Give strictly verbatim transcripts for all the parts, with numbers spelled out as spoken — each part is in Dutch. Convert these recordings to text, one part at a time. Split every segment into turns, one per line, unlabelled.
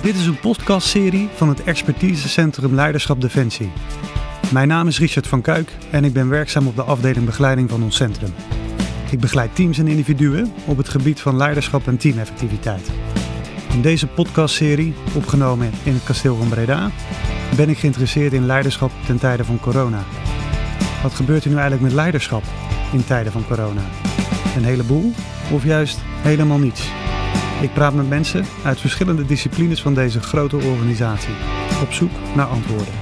Dit is een podcastserie van het Expertisecentrum Leiderschap Defensie. Mijn naam is Richard van Kuik en ik ben werkzaam op de afdeling begeleiding van ons centrum. Ik begeleid teams en individuen op het gebied van leiderschap en teameffectiviteit. In deze podcastserie, opgenomen in het Kasteel van Breda, ben ik geïnteresseerd in leiderschap ten tijde van corona. Wat gebeurt er nu eigenlijk met leiderschap in tijden van corona? Een heleboel of juist helemaal niets? Ik praat met mensen uit verschillende disciplines van deze grote organisatie, op zoek naar antwoorden.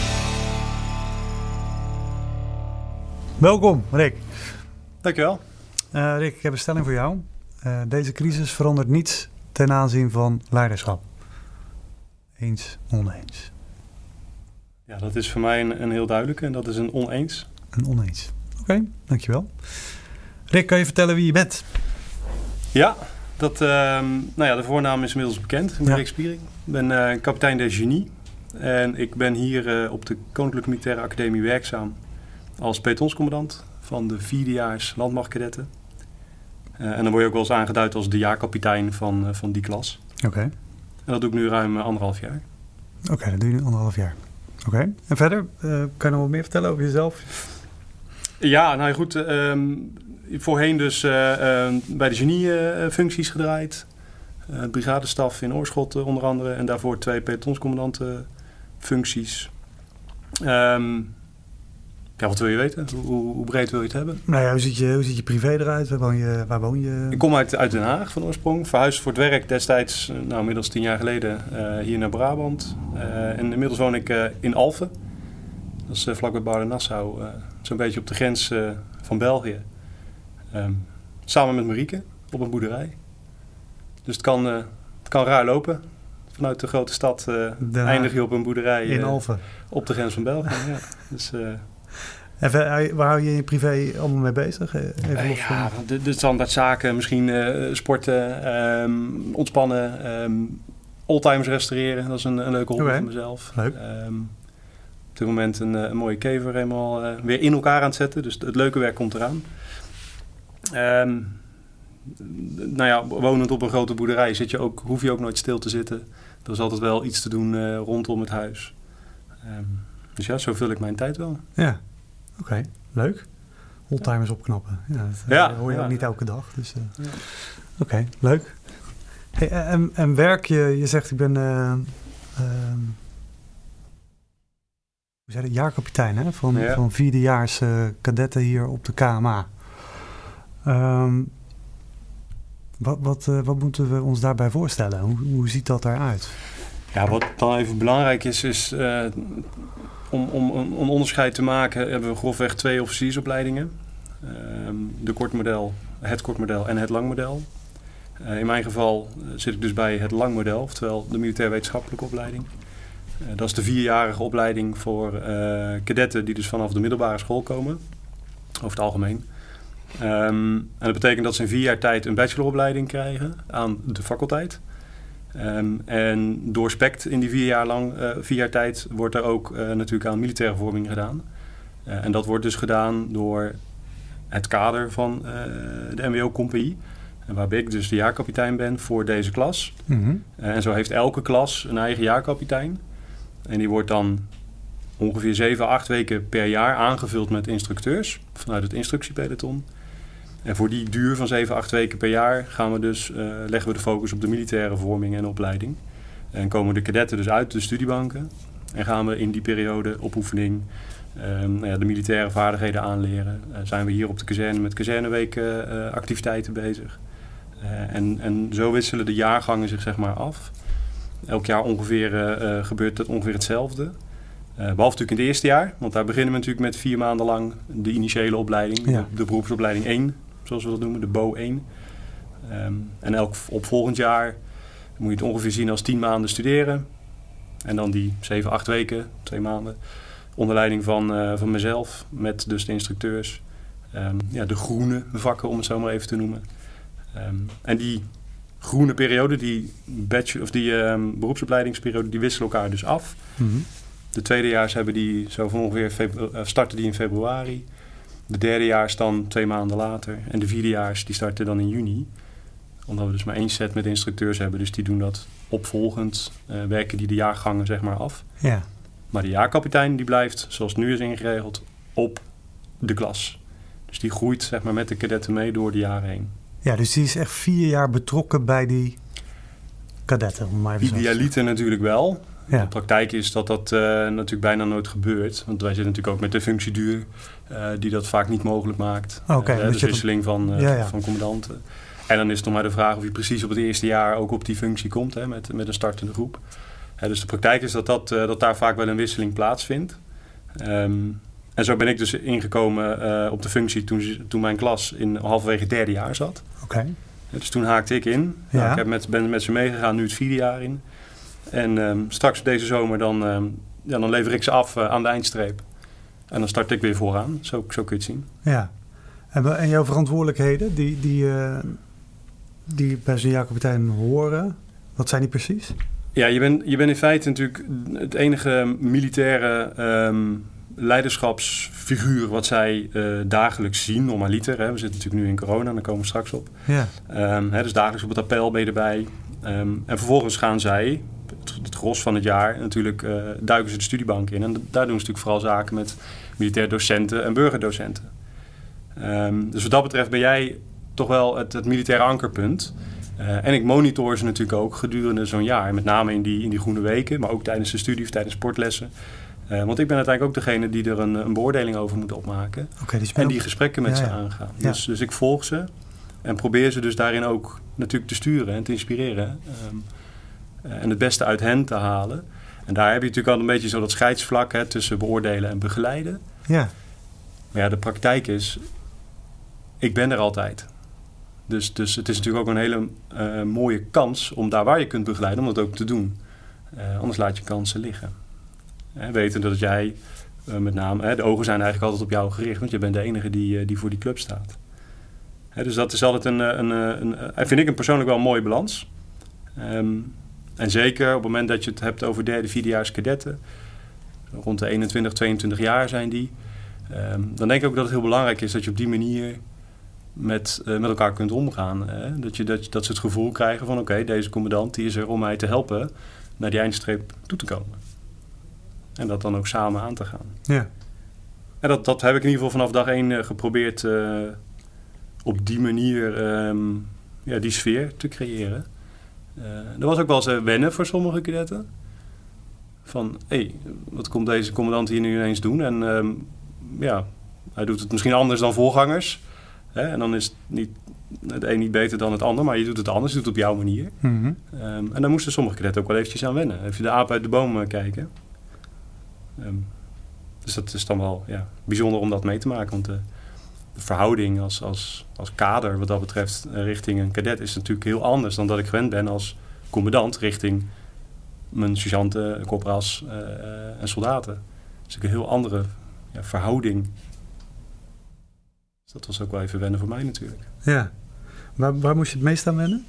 Welkom, Rick.
Dankjewel.
Uh, Rick, ik heb een stelling voor jou. Uh, deze crisis verandert niets ten aanzien van leiderschap. Eens, oneens.
Ja, dat is voor mij een, een heel duidelijke en dat is een oneens.
Een oneens. Oké, okay, dankjewel. Rick, kan je vertellen wie je bent?
Ja, dat, uh, nou ja, de voornaam is inmiddels bekend. Ik ben ja. Rick Spiering. Ik ben uh, kapitein der genie. En ik ben hier uh, op de Koninklijke Militaire Academie werkzaam als pelotonscommandant van de vierdejaars landmachtkadetten. Uh, en dan word je ook wel eens aangeduid als de jaarkapitein van, uh, van die klas.
Oké. Okay.
En dat doe ik nu ruim uh, anderhalf jaar.
Oké, okay, dat doe je nu anderhalf jaar. Oké. Okay. En verder, uh, kan je nog wat meer vertellen over jezelf?
Ja, nou goed. Uh, voorheen dus uh, uh, bij de genie-functies uh, gedraaid. Uh, brigadestaf in Oorschot uh, onder andere. En daarvoor twee pelotonscommandanten functies. Um, Ja, wat wil je weten? Hoe, hoe breed wil je het hebben?
Nou ja, hoe ziet je, hoe ziet je privé eruit? Waar woon je? Waar woon je?
Ik kom uit, uit Den Haag van oorsprong. Verhuisd voor het werk destijds, nou inmiddels tien jaar geleden, uh, hier naar Brabant. Uh, en inmiddels woon ik uh, in Alphen. Dat is uh, vlakbij Baarden-Nassau. Uh, zo'n beetje op de grens uh, van België. Um, samen met Marieke op een boerderij. Dus het kan, uh, het kan raar lopen. Vanuit de grote stad uh, eindig je op een boerderij
in uh, Alphen.
Op de grens van België. Ja. Dus... Uh,
En waar hou je je privé allemaal mee bezig? Even
uh, ja, de, de standaardzaken. Misschien uh, sporten, um, ontspannen, um, oldtimers restaureren. Dat is een, een leuke hobby okay. van mezelf.
Leuk.
Um, op dit moment een, een mooie kever helemaal uh, weer in elkaar aan het zetten. Dus het leuke werk komt eraan. Um, nou ja, wonend op een grote boerderij zit je ook, hoef je ook nooit stil te zitten. Er is altijd wel iets te doen uh, rondom het huis. Um, dus ja, zo vul ik mijn tijd wel.
Ja. Oké, okay, leuk. Oldtimers opknappen. Ja, dat
ja,
hoor je
ja,
ook niet
ja.
elke dag. Dus, uh,
ja.
Oké, okay, leuk. Hey, en, en werk, je, je zegt ik ben uh, uh, hoe zei het, jaarkapitein hè? Van, ja. van vierdejaars uh, kadetten hier op de K M A. Um, wat, wat, uh, wat moeten we ons daarbij voorstellen? Hoe, hoe ziet dat eruit?
Ja, wat dan even belangrijk is, is uh, om, om een onderscheid te maken, hebben we grofweg twee officiersopleidingen. Uh, de kortmodel, het kortmodel en het langmodel. Uh, in mijn geval zit ik dus bij het langmodel, oftewel de militair wetenschappelijke opleiding. Uh, dat is de vierjarige opleiding voor uh, kadetten die dus vanaf de middelbare school komen, over het algemeen. Um, en dat betekent dat ze in vier jaar tijd een bacheloropleiding krijgen aan de faculteit. Um, en doorspekt in die vier jaar lang, uh, vier jaar tijd, wordt er ook uh, natuurlijk aan militaire vorming gedaan. Uh, en dat wordt dus gedaan door het kader van uh, de M W O-compagnie. En waarbij ik dus de jaarkapitein ben voor deze klas.
Mm-hmm.
Uh, en zo heeft elke klas een eigen jaarkapitein. En die wordt dan ongeveer zeven, acht weken per jaar aangevuld met instructeurs vanuit het instructiepeloton. En voor die duur van zeven, acht weken per jaar gaan we dus, uh, leggen we de focus op de militaire vorming en opleiding. En komen de kadetten dus uit de studiebanken. En gaan we in die periode op oefening um, nou ja, de militaire vaardigheden aanleren. Uh, zijn we hier op de kazerne met kazerneweken uh, activiteiten bezig. Uh, en, en zo wisselen de jaargangen zich zeg maar af. Elk jaar ongeveer uh, gebeurt het ongeveer hetzelfde. Uh, behalve natuurlijk in het eerste jaar. Want daar beginnen we natuurlijk met vier maanden lang de initiële opleiding.
Ja.
De, de beroepsopleiding één. Zoals we dat noemen, de B O één. Um, en elk op volgend jaar moet je het ongeveer zien als tien maanden studeren. En dan die zeven, acht weken, twee maanden, onder leiding van, uh, van mezelf, met dus de instructeurs. Um, ja, de groene vakken, om het zo maar even te noemen. Um, en die groene periode, die, bachelor, of die um, beroepsopleidingsperiode, die wisselen elkaar dus af.
Mm-hmm.
De tweedejaars hebben die zo van ongeveer febru- uh, starten die in februari. De derdejaars dan twee maanden later. En de vierdejaars die starten dan in juni. Omdat we dus maar één set met instructeurs hebben. Dus die doen dat opvolgend. Uh, werken die de jaargangen zeg maar af.
Ja.
Maar de jaarkapitein die blijft, zoals het nu is ingeregeld, op de klas. Dus die groeit zeg maar met de kadetten mee door de jaren heen.
Ja, dus die is echt vier jaar betrokken bij die kadetten. Om maar even
Idealiter natuurlijk wel.
Ja.
De praktijk is dat dat uh, natuurlijk bijna nooit gebeurt. Want wij zitten natuurlijk ook met de functieduur uh, die dat vaak niet mogelijk maakt.
Okay,
uh, de wisseling dat... van, uh,
ja, ja.
van commandanten. En dan is het nog maar de vraag of je precies op het eerste jaar ook op die functie komt. Hè, met, met een startende groep. Uh, dus de praktijk is dat, dat, uh, dat daar vaak wel een wisseling plaatsvindt. Um, en zo ben ik dus ingekomen uh, op de functie toen, toen mijn klas in halverwege het derde jaar zat.
Okay.
Uh, dus toen haakte ik in.
Ja.
Nou, ik heb met, ben met ze meegegaan, nu het vierde jaar in. En um, straks deze zomer dan, um, ja, dan lever ik ze af uh, aan de eindstreep. En dan start ik weer vooraan. Zo, zo kun je het zien.
Ja. En, en jouw verantwoordelijkheden die, die, uh, die bij zo'n jaarkapitein horen, wat zijn die precies?
Ja, je bent je bent in feite natuurlijk het enige militaire um, leiderschapsfiguur wat zij uh, dagelijks zien, normaliter. Hè. We zitten natuurlijk nu in corona, daar komen we straks op.
Ja.
Um, hè, dus dagelijks op het appel ben je erbij. Um, en vervolgens gaan zij, het, het gros van het jaar, natuurlijk uh, duiken ze de studiebank in. En daar doen ze natuurlijk vooral zaken met militair docenten en burgerdocenten. Um, dus wat dat betreft ben jij toch wel het, het militaire ankerpunt. Uh, en ik monitor ze natuurlijk ook gedurende zo'n jaar. Met name in die, in die groene weken, maar ook tijdens de studie of tijdens sportlessen. Uh, want ik ben uiteindelijk ook degene die er een, een beoordeling over moet opmaken.
Okay, dus
en die gesprekken met
ja,
ze
ja.
aangaan.
Ja.
Dus, dus ik volg ze en probeer ze dus daarin ook natuurlijk te sturen en te inspireren. Um, uh, en het beste uit hen te halen. En daar heb je natuurlijk al een beetje zo dat scheidsvlak hè, tussen beoordelen en begeleiden.
Ja.
Maar ja, de praktijk is, ik ben er altijd. Dus, dus het is natuurlijk ook een hele uh, mooie kans om daar waar je kunt begeleiden, om dat ook te doen. Uh, anders laat je kansen liggen. Hè, weten dat jij, uh, met name, hè, de ogen zijn eigenlijk altijd op jou gericht, want je bent de enige die, uh, die voor die club staat. Hè, dus dat is altijd een, een, een, een, een, vind ik een persoonlijk wel een mooie balans. Um, en zeker op het moment dat je het hebt over derde, vierdejaars kadetten, rond de eenentwintig, tweeëntwintig jaar zijn die, um, dan denk ik ook dat het heel belangrijk is dat je op die manier Met, uh, met elkaar kunt omgaan. Hè? Dat, je, dat, dat ze het gevoel krijgen van oké, okay, deze commandant die is er om mij te helpen naar die eindstreep toe te komen. En dat dan ook samen aan te gaan.
Ja.
En dat, dat heb ik in ieder geval vanaf dag één uh, geprobeerd uh, op die manier um, ja, die sfeer te creëren. Uh, er was ook wel eens uh, wennen voor sommige kadetten. Van hé, hey, wat komt deze commandant hier nu ineens doen? En um, ja, hij doet het misschien anders dan voorgangers. Hè? En dan is het, niet, het een niet beter dan het ander, maar je doet het anders, je doet het op jouw manier.
Mm-hmm.
Um, en daar moesten sommige kadetten ook wel eventjes aan wennen. Even de aap uit de boom uh, kijken. Um, dus dat is dan wel ja, bijzonder om dat mee te maken. Want de, de verhouding als, als, als kader wat dat betreft uh, richting een kadet is natuurlijk heel anders dan dat ik gewend ben als commandant richting mijn sergeanten, corporals uh, uh, en soldaten. Dat is natuurlijk een heel andere ja, verhouding. Dus dat was ook wel even wennen voor mij natuurlijk.
Ja. Waar, waar moest je het meest aan wennen?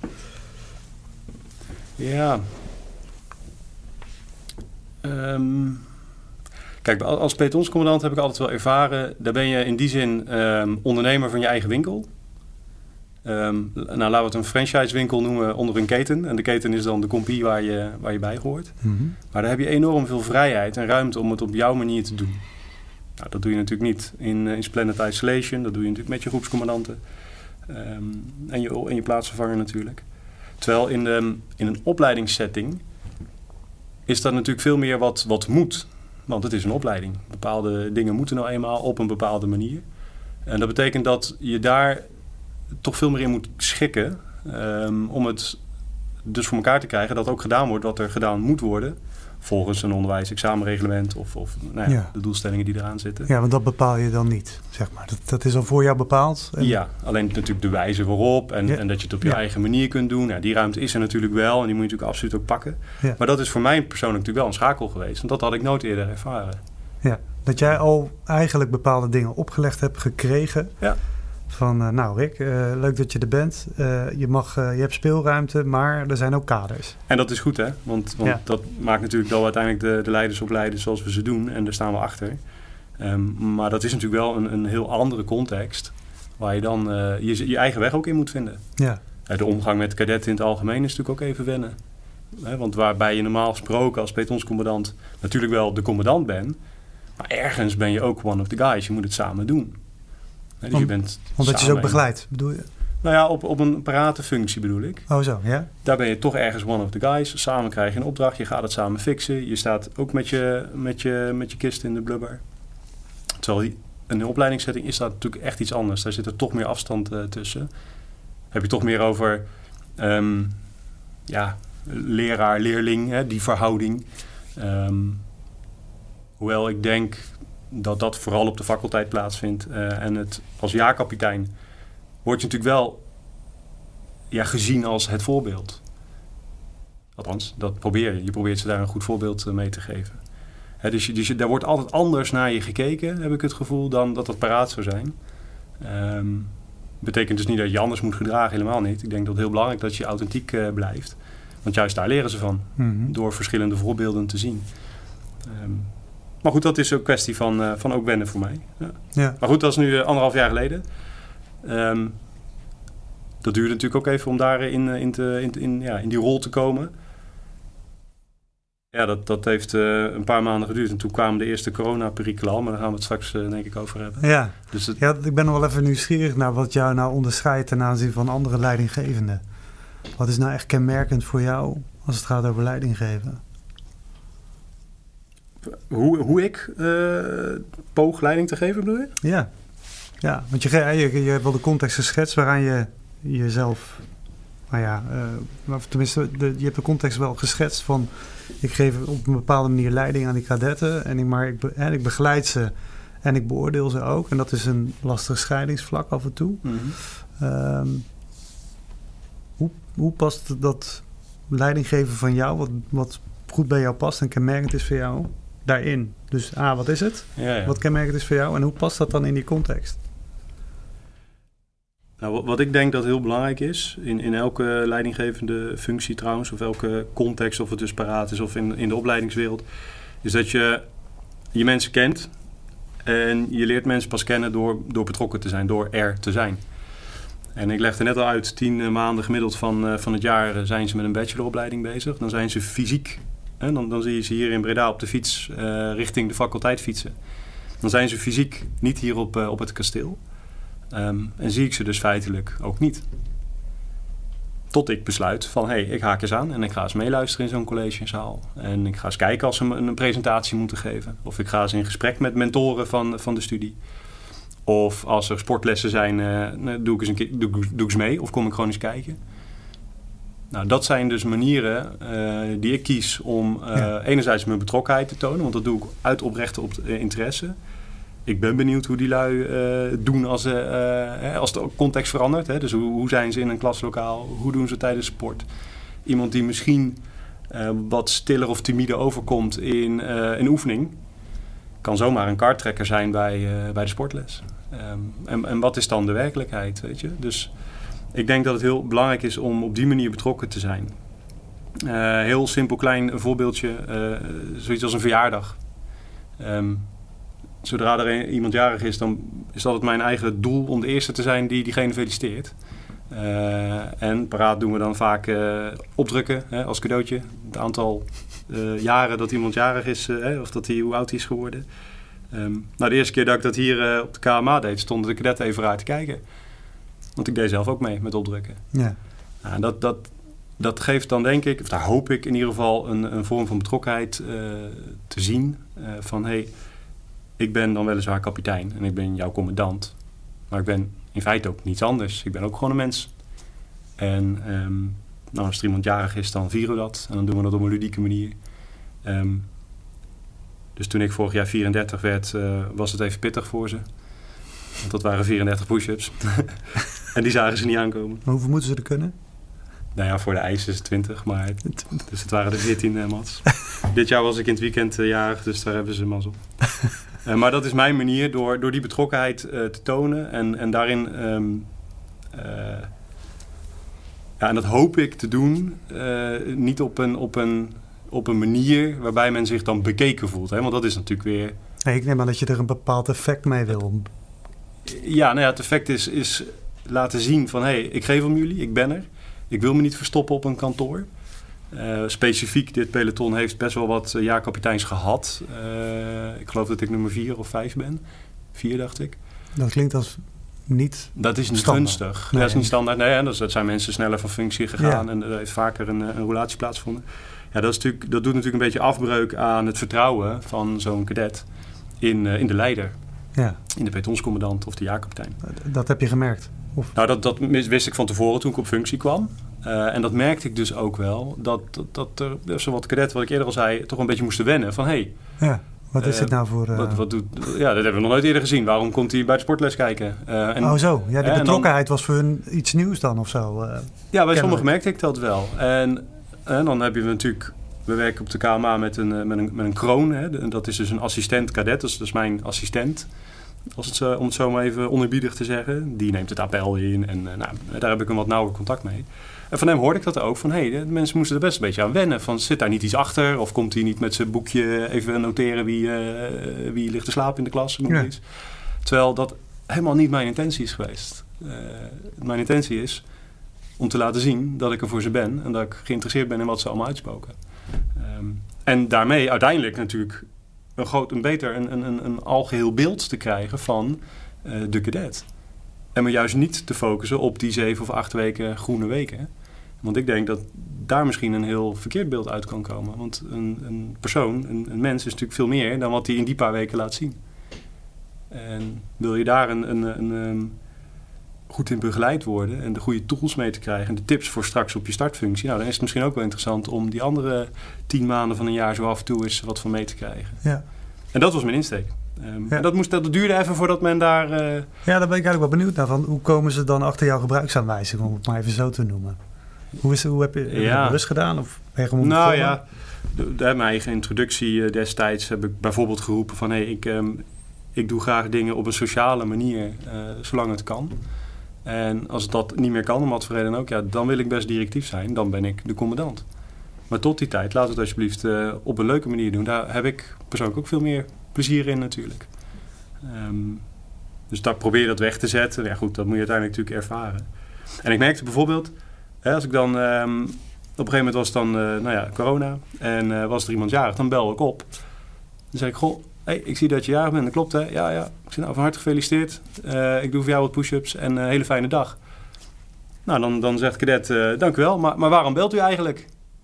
Ja. Um, kijk, als pelotonscommandant heb ik altijd wel ervaren, daar ben je in die zin um, ondernemer van je eigen winkel. Um, nou, laten we het een franchisewinkel noemen onder een keten. En de keten is dan de compie waar je, waar je bij hoort.
Mm-hmm.
Maar daar heb je enorm veel vrijheid en ruimte om het op jouw manier te doen. Nou, dat doe je natuurlijk niet in, in Splendid Isolation. Dat doe je natuurlijk met je groepscommandanten. Um, en, je, en je plaatsvervanger natuurlijk. Terwijl in, de, in een opleidingssetting is dat natuurlijk veel meer wat, wat moet. Want het is een opleiding. Bepaalde dingen moeten nou eenmaal op een bepaalde manier. En dat betekent dat je daar toch veel meer in moet schikken. Um, om het dus voor elkaar te krijgen dat ook gedaan wordt wat er gedaan moet worden. Volgens een onderwijs-examenreglement of, of nou ja, ja. de doelstellingen die eraan zitten.
Ja, want dat bepaal je dan niet, zeg maar. Dat, dat is al voor jou bepaald? En...
Ja, alleen natuurlijk de wijze waarop en, ja. en dat je het op je ja. eigen manier kunt doen. Nou, die ruimte is er natuurlijk wel en die moet je natuurlijk absoluut ook pakken. Ja. Maar dat is voor mij persoonlijk natuurlijk wel een schakel geweest. Want dat had ik nooit eerder ervaren.
Ja, dat jij al eigenlijk bepaalde dingen opgelegd hebt gekregen.
Ja.
Van, uh, nou Rick, uh, leuk dat je er bent. Uh, je, mag, uh, je hebt speelruimte, maar er zijn ook kaders.
En dat is goed, hè? Want, want ja. dat maakt natuurlijk dat we uiteindelijk de, de leiders opleiden zoals we ze doen. En daar staan we achter. Um, maar dat is natuurlijk wel een, een heel andere context. Waar je dan uh, je, je eigen weg ook in moet vinden.
Ja.
De omgang met kadetten in het algemeen is natuurlijk ook even wennen. He, want waarbij je normaal gesproken als pelotonscommandant natuurlijk wel de commandant bent, maar ergens ben je ook one of the guys. Je moet het samen doen. He, dus
Om,
je bent
omdat je ze ook begeleidt, bedoel je?
Nou ja, op, op een paratenfunctie bedoel ik.
Oh zo, ja.
Daar ben je toch ergens one of the guys. Samen krijg je een opdracht, je gaat het samen fixen. Je staat ook met je, met je, met je kist in de blubber. Terwijl die, een opleidingssetting is dat natuurlijk echt iets anders. Daar zit er toch meer afstand uh, tussen. Heb je toch meer over um, ja, leraar, leerling, hè, die verhouding. Um, hoewel ik denk dat dat vooral op de faculteit plaatsvindt. Uh, en het als jaarkapitein word je natuurlijk wel ja, gezien als het voorbeeld. Althans, dat probeer je. Je probeert ze daar een goed voorbeeld uh, mee te geven. Hè, dus je, dus je, daar wordt altijd anders naar je gekeken, heb ik het gevoel, dan dat dat paraat zou zijn. Um, betekent dus niet dat je anders moet gedragen, helemaal niet. Ik denk dat het heel belangrijk dat je authentiek uh, blijft. Want juist daar leren ze van. Mm-hmm. Door verschillende voorbeelden te zien. Um, maar goed, dat is ook een kwestie van, uh, van ook wennen voor mij. Ja. Ja. Maar goed, dat is nu uh, anderhalf jaar geleden. Um, dat duurde natuurlijk ook even om daarin in, in, te, in, in, ja, in die rol te komen. Ja, dat, dat heeft uh, een paar maanden geduurd. En toen kwamen de eerste coronaperikelen al. Maar daar gaan we het straks uh, denk ik over hebben.
Ja, dus het... ja, ik ben nog wel even nieuwsgierig naar wat jou nou onderscheidt ten aanzien van andere leidinggevenden. Wat is nou echt kenmerkend voor jou als het gaat over leidinggeven?
Hoe, hoe ik uh, poog leiding te geven, bedoel je? Ja,
ja want je, je, je hebt wel de context geschetst waaraan je jezelf... Nou ja, uh, tenminste, de, je hebt de context wel geschetst van... ik geef op een bepaalde manier leiding aan die kadetten... en ik, maar ik, be, en ik begeleid ze en ik beoordeel ze ook. En dat is een lastig scheidingsvlak af en toe. Mm-hmm. Um, hoe, hoe past dat leidinggeven van jou... Wat, wat goed bij jou past en kenmerkend is voor jou, daarin? Dus A, wat is het? Ja, ja. Wat kenmerkend is voor jou? En hoe past dat dan in die context?
Nou, wat ik denk dat heel belangrijk is, in, in elke leidinggevende functie trouwens, of elke context, of het dus paraat is of in, in de opleidingswereld, is dat je je mensen kent en je leert mensen pas kennen door, door betrokken te zijn, door er te zijn. En ik legde net al uit, tien maanden gemiddeld van, uh, van het jaar zijn ze met een bacheloropleiding bezig. Dan zijn ze fysiek, hè, dan, dan zie je ze hier in Breda op de fiets uh, richting de faculteit fietsen. Dan zijn ze fysiek niet hier op, uh, op het kasteel. Um, en zie ik ze dus feitelijk ook niet. Tot ik besluit van, hé, hey, ik haak eens aan en ik ga eens meeluisteren in zo'n collegezaal. En ik ga eens kijken als ze een, een presentatie moeten geven. Of ik ga eens in gesprek met mentoren van, van de studie. Of als er sportlessen zijn, uh, doe, ik eens een keer, doe, doe ik eens mee of kom ik gewoon eens kijken. Nou, dat zijn dus manieren uh, die ik kies om uh, ja. enerzijds mijn betrokkenheid te tonen. Want dat doe ik uit oprechte op, uh, interesse. Ik ben benieuwd hoe die lui uh, doen als, uh, uh, als de context verandert. Hè? Dus hoe, hoe zijn ze in een klaslokaal? Hoe doen ze tijdens sport? Iemand die misschien uh, wat stiller of timide overkomt in uh, een oefening, kan zomaar een karttrekker zijn bij, uh, bij de sportles. Um, en, en wat is dan de werkelijkheid, weet je? Dus ik denk dat het heel belangrijk is om op die manier betrokken te zijn. Uh, heel simpel klein voorbeeldje, uh, zoiets als een verjaardag. Um, Zodra er een, iemand jarig is, dan is dat mijn eigen doel om de eerste te zijn die diegene feliciteert. Uh, en paraat doen we dan vaak uh, opdrukken hè, als cadeautje. Het aantal uh, jaren dat iemand jarig is, uh, hè, of dat hij, hoe oud hij is geworden. Um, nou, de eerste keer dat ik dat hier uh, op de K M A deed, stonden de kadetten even raar te kijken. Want ik deed zelf ook mee met opdrukken. Ja. Nou, dat, dat, dat geeft dan denk ik, of daar hoop ik in ieder geval een, een vorm van betrokkenheid uh, te zien. Uh, van hé, hey, ik ben dan weliswaar kapitein en ik ben jouw commandant. Maar ik ben in feite ook niets anders. Ik ben ook gewoon een mens. En um, nou, als er iemand jarig is, dan vieren we dat. En dan doen we dat op een ludieke manier. Um, dus toen ik vorig jaar vierendertig werd, uh, was het even pittig voor ze. Want dat waren vierendertig push-ups. En die zagen ze niet aankomen.
Maar hoeveel moeten ze er kunnen?
Nou ja, voor de ijs is het twintig, maar het, dus het waren de veertien uh, mats. Dit jaar was ik in het weekend uh, jarig, dus daar hebben ze mazzel. Uh, maar dat is mijn manier door, door die betrokkenheid uh, te tonen. En, en daarin... Um, uh, ja, en dat hoop ik te doen. Uh, niet op een, op, een, op een manier waarbij men zich dan bekeken voelt. Hè? Want dat is natuurlijk weer...
Hey, ik neem aan dat je er een bepaald effect mee wil.
Ja, nou ja, het effect is, is laten zien van... hé, hey, ik geef om jullie, ik ben er. Ik wil me niet verstoppen op een kantoor. Uh, specifiek, dit peloton heeft best wel wat uh, jaarkapiteins gehad. Uh, ik geloof dat ik nummer vier of vijf ben. Vier, dacht ik.
Dat klinkt als niet
Dat is niet
standaard.
gunstig.
Nee.
Dat is niet standaard. Nee, dat, dat zijn mensen sneller van functie gegaan.
Ja.
En er heeft vaker een, een roulatie plaatsgevonden. Ja, dat, is natuurlijk, dat doet natuurlijk een beetje afbreuk aan het vertrouwen van zo'n cadet in, uh, in de leider.
Ja.
In de pelotonscommandant of de jaarkapitein.
Dat heb je gemerkt? Of?
Nou, dat, dat wist ik van tevoren toen ik op functie kwam. Uh, en dat merkte ik dus ook wel. Dat, dat, dat er zo wat cadetten, wat ik eerder al zei, toch een beetje moesten wennen. Van, hé, hey,
ja, wat is uh, dit nou voor... Uh...
Wat, wat doet, ja, dat hebben we nog nooit eerder gezien. Waarom komt hij bij de sportles kijken? Uh, en,
oh zo, ja, die betrokkenheid
dan,
was voor hun iets nieuws dan of zo. Uh,
ja, bij sommigen merkte ik dat wel. En, en dan heb je natuurlijk... We werken op de K M A met een, met een, met een kroon. Hè. Dat is dus een assistent cadet. Dat is dus mijn assistent. Als het zo, om het zo maar even onerbiedig te zeggen. Die neemt het appel in. En uh, nou, daar heb ik een wat nauwer contact mee. En van hem hoorde ik dat ook. Van, hey, de mensen moesten er best een beetje aan wennen. Van, zit daar niet iets achter? Of komt hij niet met zijn boekje even noteren wie, uh, wie ligt te slapen in de klas? Ja. Iets. Terwijl dat helemaal niet mijn intentie is geweest. Uh, mijn intentie is om te laten zien dat ik er voor ze ben. En dat ik geïnteresseerd ben in wat ze allemaal uitspoken. Um, en daarmee uiteindelijk natuurlijk een, groot, een beter, een, een, een algeheel beeld te krijgen van uh, de cadet. En me juist niet te focussen op die zeven of acht weken groene weken. Want ik denk dat daar misschien een heel verkeerd beeld uit kan komen. Want een, een persoon, een, een mens is natuurlijk veel meer dan wat hij in die paar weken laat zien. En wil je daar een, een, een, een goed in begeleid worden en de goede tools mee te krijgen en de tips voor straks op je startfunctie, nou, dan is het misschien ook wel interessant om die andere tien maanden van een jaar zo af en toe eens wat van mee te krijgen.
Ja.
En dat was mijn insteek. Um,
ja.
En dat, moest, dat duurde even voordat men daar... Uh...
Ja, daar ben ik eigenlijk wel benieuwd naar. Van, hoe komen ze dan achter jouw gebruiksaanwijzing, om het maar even zo te noemen? Hoe, is, hoe heb je, heb je
ja.
dat bewust gedaan? Of ben je gewoon
nou ja, de, de, mijn eigen introductie uh, destijds heb ik bijvoorbeeld geroepen van, hé, hey, ik, um, ik doe graag dingen op een sociale manier, uh, zolang het kan. En als dat niet meer kan, om wat voor reden ook, ja, dan wil ik best directief zijn. Dan ben ik de commandant. Maar tot die tijd, laat het alsjeblieft uh, op een leuke manier doen. Daar heb ik persoonlijk ook veel meer plezier in natuurlijk. Um, dus daar probeer je dat weg te zetten. Ja goed, dat moet je uiteindelijk natuurlijk ervaren. En ik merkte bijvoorbeeld, hè, als ik dan... Um, op een gegeven moment was het dan, uh, nou ja, corona. En uh, was er iemand jarig, dan bel ik op. Dan zei ik, goh, hey, ik zie dat je jarig bent. Dat klopt, hè? Ja, ja. Ik zeg, nou, van harte gefeliciteerd. Uh, ik doe voor jou wat push-ups en een uh, hele fijne dag. Nou, dan, dan zegt cadet, uh, dank u wel, maar, maar waarom belt u eigenlijk?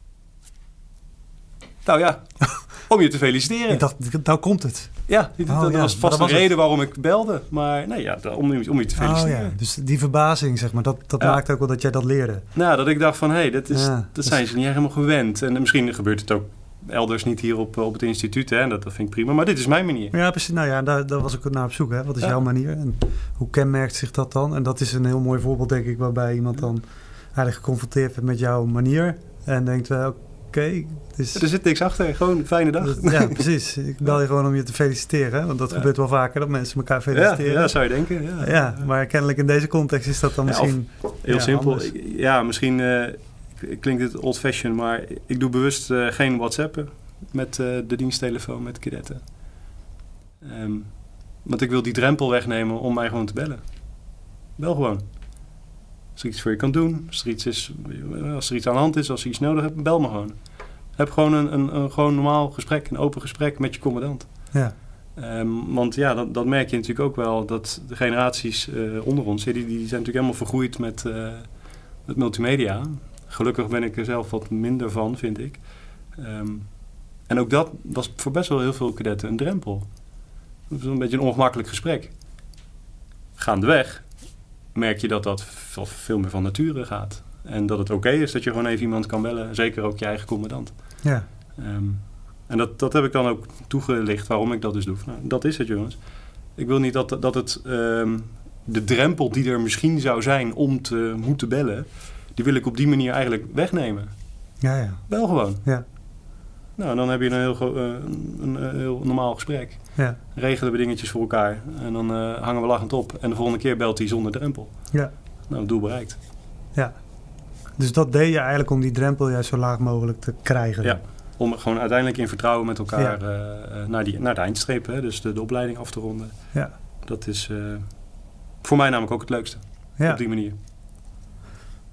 Nou ja, om je te feliciteren.
Ik dacht, nou komt het.
Ja, dat,
oh,
dat
ja.
was vast
was
een reden
het.
waarom ik belde. Maar nee, ja, om, om je te feliciteren.
Oh, ja. Dus die verbazing, zeg maar, dat, dat ja. maakt ook wel dat jij dat leerde.
Nou, dat ik dacht van, hé, hey, dat, is,
ja,
dat
dus...
zijn ze niet helemaal gewend. En misschien gebeurt het ook elders niet hier op, op het instituut. Hè? Dat, dat vind ik prima. Maar dit is mijn manier.
Ja, precies. Nou ja, daar, daar was ik naar op zoek. Hè? Wat is
ja. jouw
manier? En hoe kenmerkt zich dat dan? En dat is een heel mooi voorbeeld, denk ik, waarbij iemand dan eigenlijk geconfronteerd wordt met jouw manier. En denkt, wel, oké. Okay, dus...
er zit niks achter. Gewoon een fijne dag.
Ja, precies. Ik bel je gewoon om je te feliciteren. Hè? Want dat ja. gebeurt wel vaker, dat mensen elkaar feliciteren.
Ja, ja zou je denken. Ja.
ja, maar kennelijk in deze context is dat dan
ja,
misschien...
Heel
ja,
simpel.
anders.
Ja, misschien uh, klinkt het old-fashioned, maar ik doe bewust uh, geen WhatsAppen met uh, de diensttelefoon met cadetten. Um, want ik wil die drempel wegnemen om mij gewoon te bellen. Bel gewoon. Als er iets voor je kan doen, als er iets, is, als er iets aan de hand is, als je iets nodig hebt, bel me gewoon. Heb gewoon een, een, een gewoon normaal gesprek, een open gesprek met je commandant.
Ja.
Um, want ja, dat, dat merk je natuurlijk ook wel, dat de generaties uh, onder ons, die, die zijn natuurlijk helemaal vergroeid met, uh, met multimedia. Gelukkig ben ik er zelf wat minder van, vind ik. Um, en ook dat was voor best wel heel veel cadetten een drempel. Het was een beetje een ongemakkelijk gesprek. Gaandeweg merk je dat dat veel meer van nature gaat. En dat het oké okay is dat je gewoon even iemand kan bellen. Zeker ook je eigen commandant.
Ja.
Um, en dat, dat heb ik dan ook toegelicht waarom ik dat dus doe. Nou, dat is het, jongens. Ik wil niet dat, dat het um, de drempel die er misschien zou zijn om te moeten bellen, die wil ik op die manier eigenlijk wegnemen.
Ja, ja.
Bel gewoon.
Ja.
Nou, dan heb je een heel, uh, een, een heel normaal gesprek.
Ja.
Regelen we dingetjes voor elkaar. En dan uh, hangen we lachend op. En de volgende keer belt hij zonder drempel.
Ja.
Nou, het doel bereikt.
Ja. Dus dat deed je eigenlijk om die drempel juist zo laag mogelijk te krijgen.
Ja. Om gewoon uiteindelijk in vertrouwen met elkaar
ja.
uh, naar, die, naar de eindstreep. Hè, dus de, de opleiding af te ronden.
Ja.
Dat is uh, voor mij namelijk ook het leukste. Ja. Op die manier.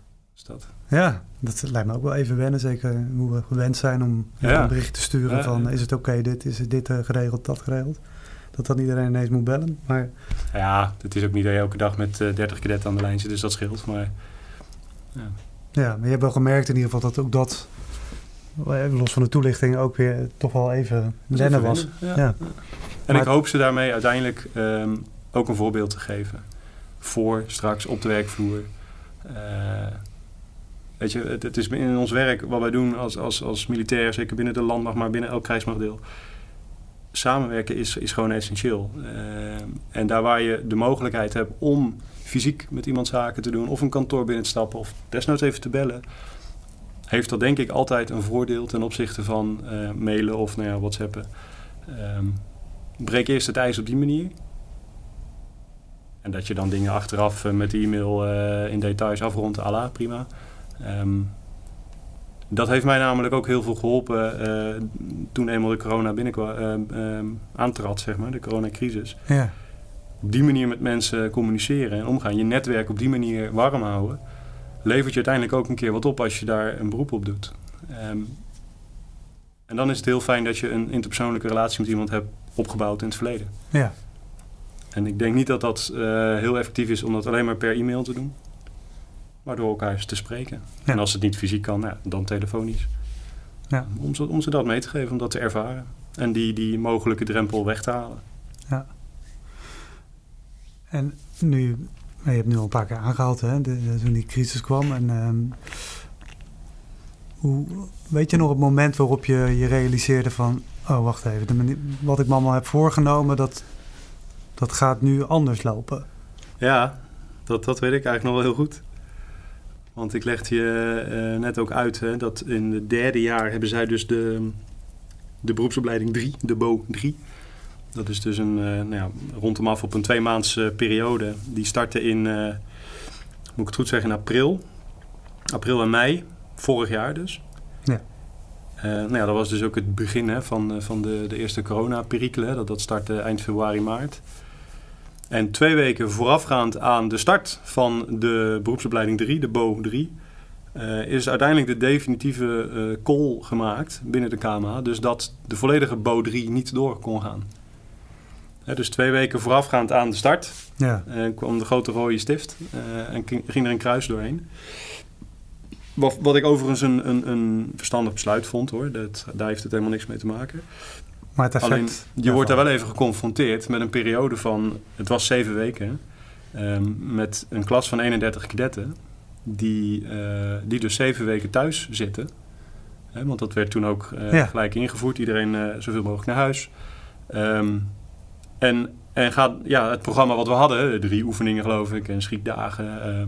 Dus dat.
Ja, dat lijkt me ook wel even wennen. Zeker hoe we gewend zijn om
Ja.
een bericht te sturen
Ja,
van...
ja.
is het oké, okay, dit is dit uh, geregeld, dat geregeld. Dat dan iedereen ineens moet bellen. Maar
Ja, het is ook niet dat je elke dag met uh, dertig cadetten aan de lijn zit, dus dat scheelt. Maar, ja.
ja, maar je hebt wel gemerkt in ieder geval dat ook dat... los van de toelichting ook weer toch wel even wennen was.
Ja.
Ja.
Ja. En
Maar
ik hoop ze daarmee uiteindelijk um, ook een voorbeeld te geven. Voor straks op de werkvloer. Uh, weet je, het, het is in ons werk wat wij doen als, als, als militair, zeker binnen de landmacht, maar binnen elk krijgsmachtdeel. Samenwerken is, is gewoon essentieel. Uh, en daar waar je de mogelijkheid hebt om fysiek met iemand zaken te doen, of een kantoor binnen te stappen, of desnoods even te bellen, heeft dat denk ik altijd een voordeel ten opzichte van uh, mailen of nou ja, WhatsAppen. Um, breek eerst het ijs op die manier. En dat je dan dingen achteraf uh, met de e-mail uh, in details afrondt, ala, prima. Um, dat heeft mij namelijk ook heel veel geholpen uh, toen eenmaal de corona binnenkwam, uh, um, aantrad, zeg maar, de coronacrisis.
Ja.
Op die manier met mensen communiceren en omgaan, je netwerk op die manier warm houden, levert je uiteindelijk ook een keer wat op als je daar een beroep op doet. Um, en dan is het heel fijn dat je een interpersoonlijke relatie met iemand hebt opgebouwd in het verleden.
Ja.
En ik denk niet dat dat uh, heel effectief is om dat alleen maar per e-mail te doen. Maar door elkaar eens te spreken. Ja. En als het niet fysiek kan, nou, dan telefonisch.
Ja.
Om, ze, om ze dat mee te geven, om dat te ervaren. En die, die mogelijke drempel weg te halen.
Ja. En nu, je hebt nu al een paar keer aangehaald, hè, de, de, toen die crisis kwam. En, um, hoe, weet je nog het moment waarop je je realiseerde van... oh, wacht even, de manier, wat ik me allemaal heb voorgenomen, dat, dat gaat nu anders lopen.
Ja, dat, dat weet ik eigenlijk nog wel heel goed. Want ik legde je uh, net ook uit, hè, dat in het derde jaar hebben zij dus de, de beroepsopleiding drie, de B O drie. Dat is dus een, uh, nou ja, rondom af op een tweemaandse periode. Die startte in, uh, moet ik het goed zeggen, in april. April en mei, vorig jaar dus.
Ja.
Uh, nou ja, dat was dus ook het begin hè, van, uh, van de, de eerste corona-perikelen. Dat, dat startte eind februari, maart. En twee weken voorafgaand aan de start van de beroepsopleiding drie, de B O drie... Uh, is uiteindelijk de definitieve uh, call gemaakt binnen de K M H. Dus dat de volledige B O drie niet door kon gaan. He, dus twee weken voorafgaand aan de start
ja.
uh, kwam de grote rode stift uh, en ging er een kruis doorheen. Wat, wat ik overigens een, een, een verstandig besluit vond hoor. Dat, daar heeft het helemaal niks mee te maken.
Maar het effect,
alleen, je
ja,
wordt daar wel even geconfronteerd met een periode van, het was zeven weken, um, met een klas van eenendertig cadetten, die, uh, die dus zeven weken thuis zitten. He, want dat werd toen ook uh, ja. gelijk ingevoerd. Iedereen uh, zoveel mogelijk naar huis. Um, en en gaat, ja, het programma wat we hadden, drie oefeningen geloof ik, en schietdagen. Uh,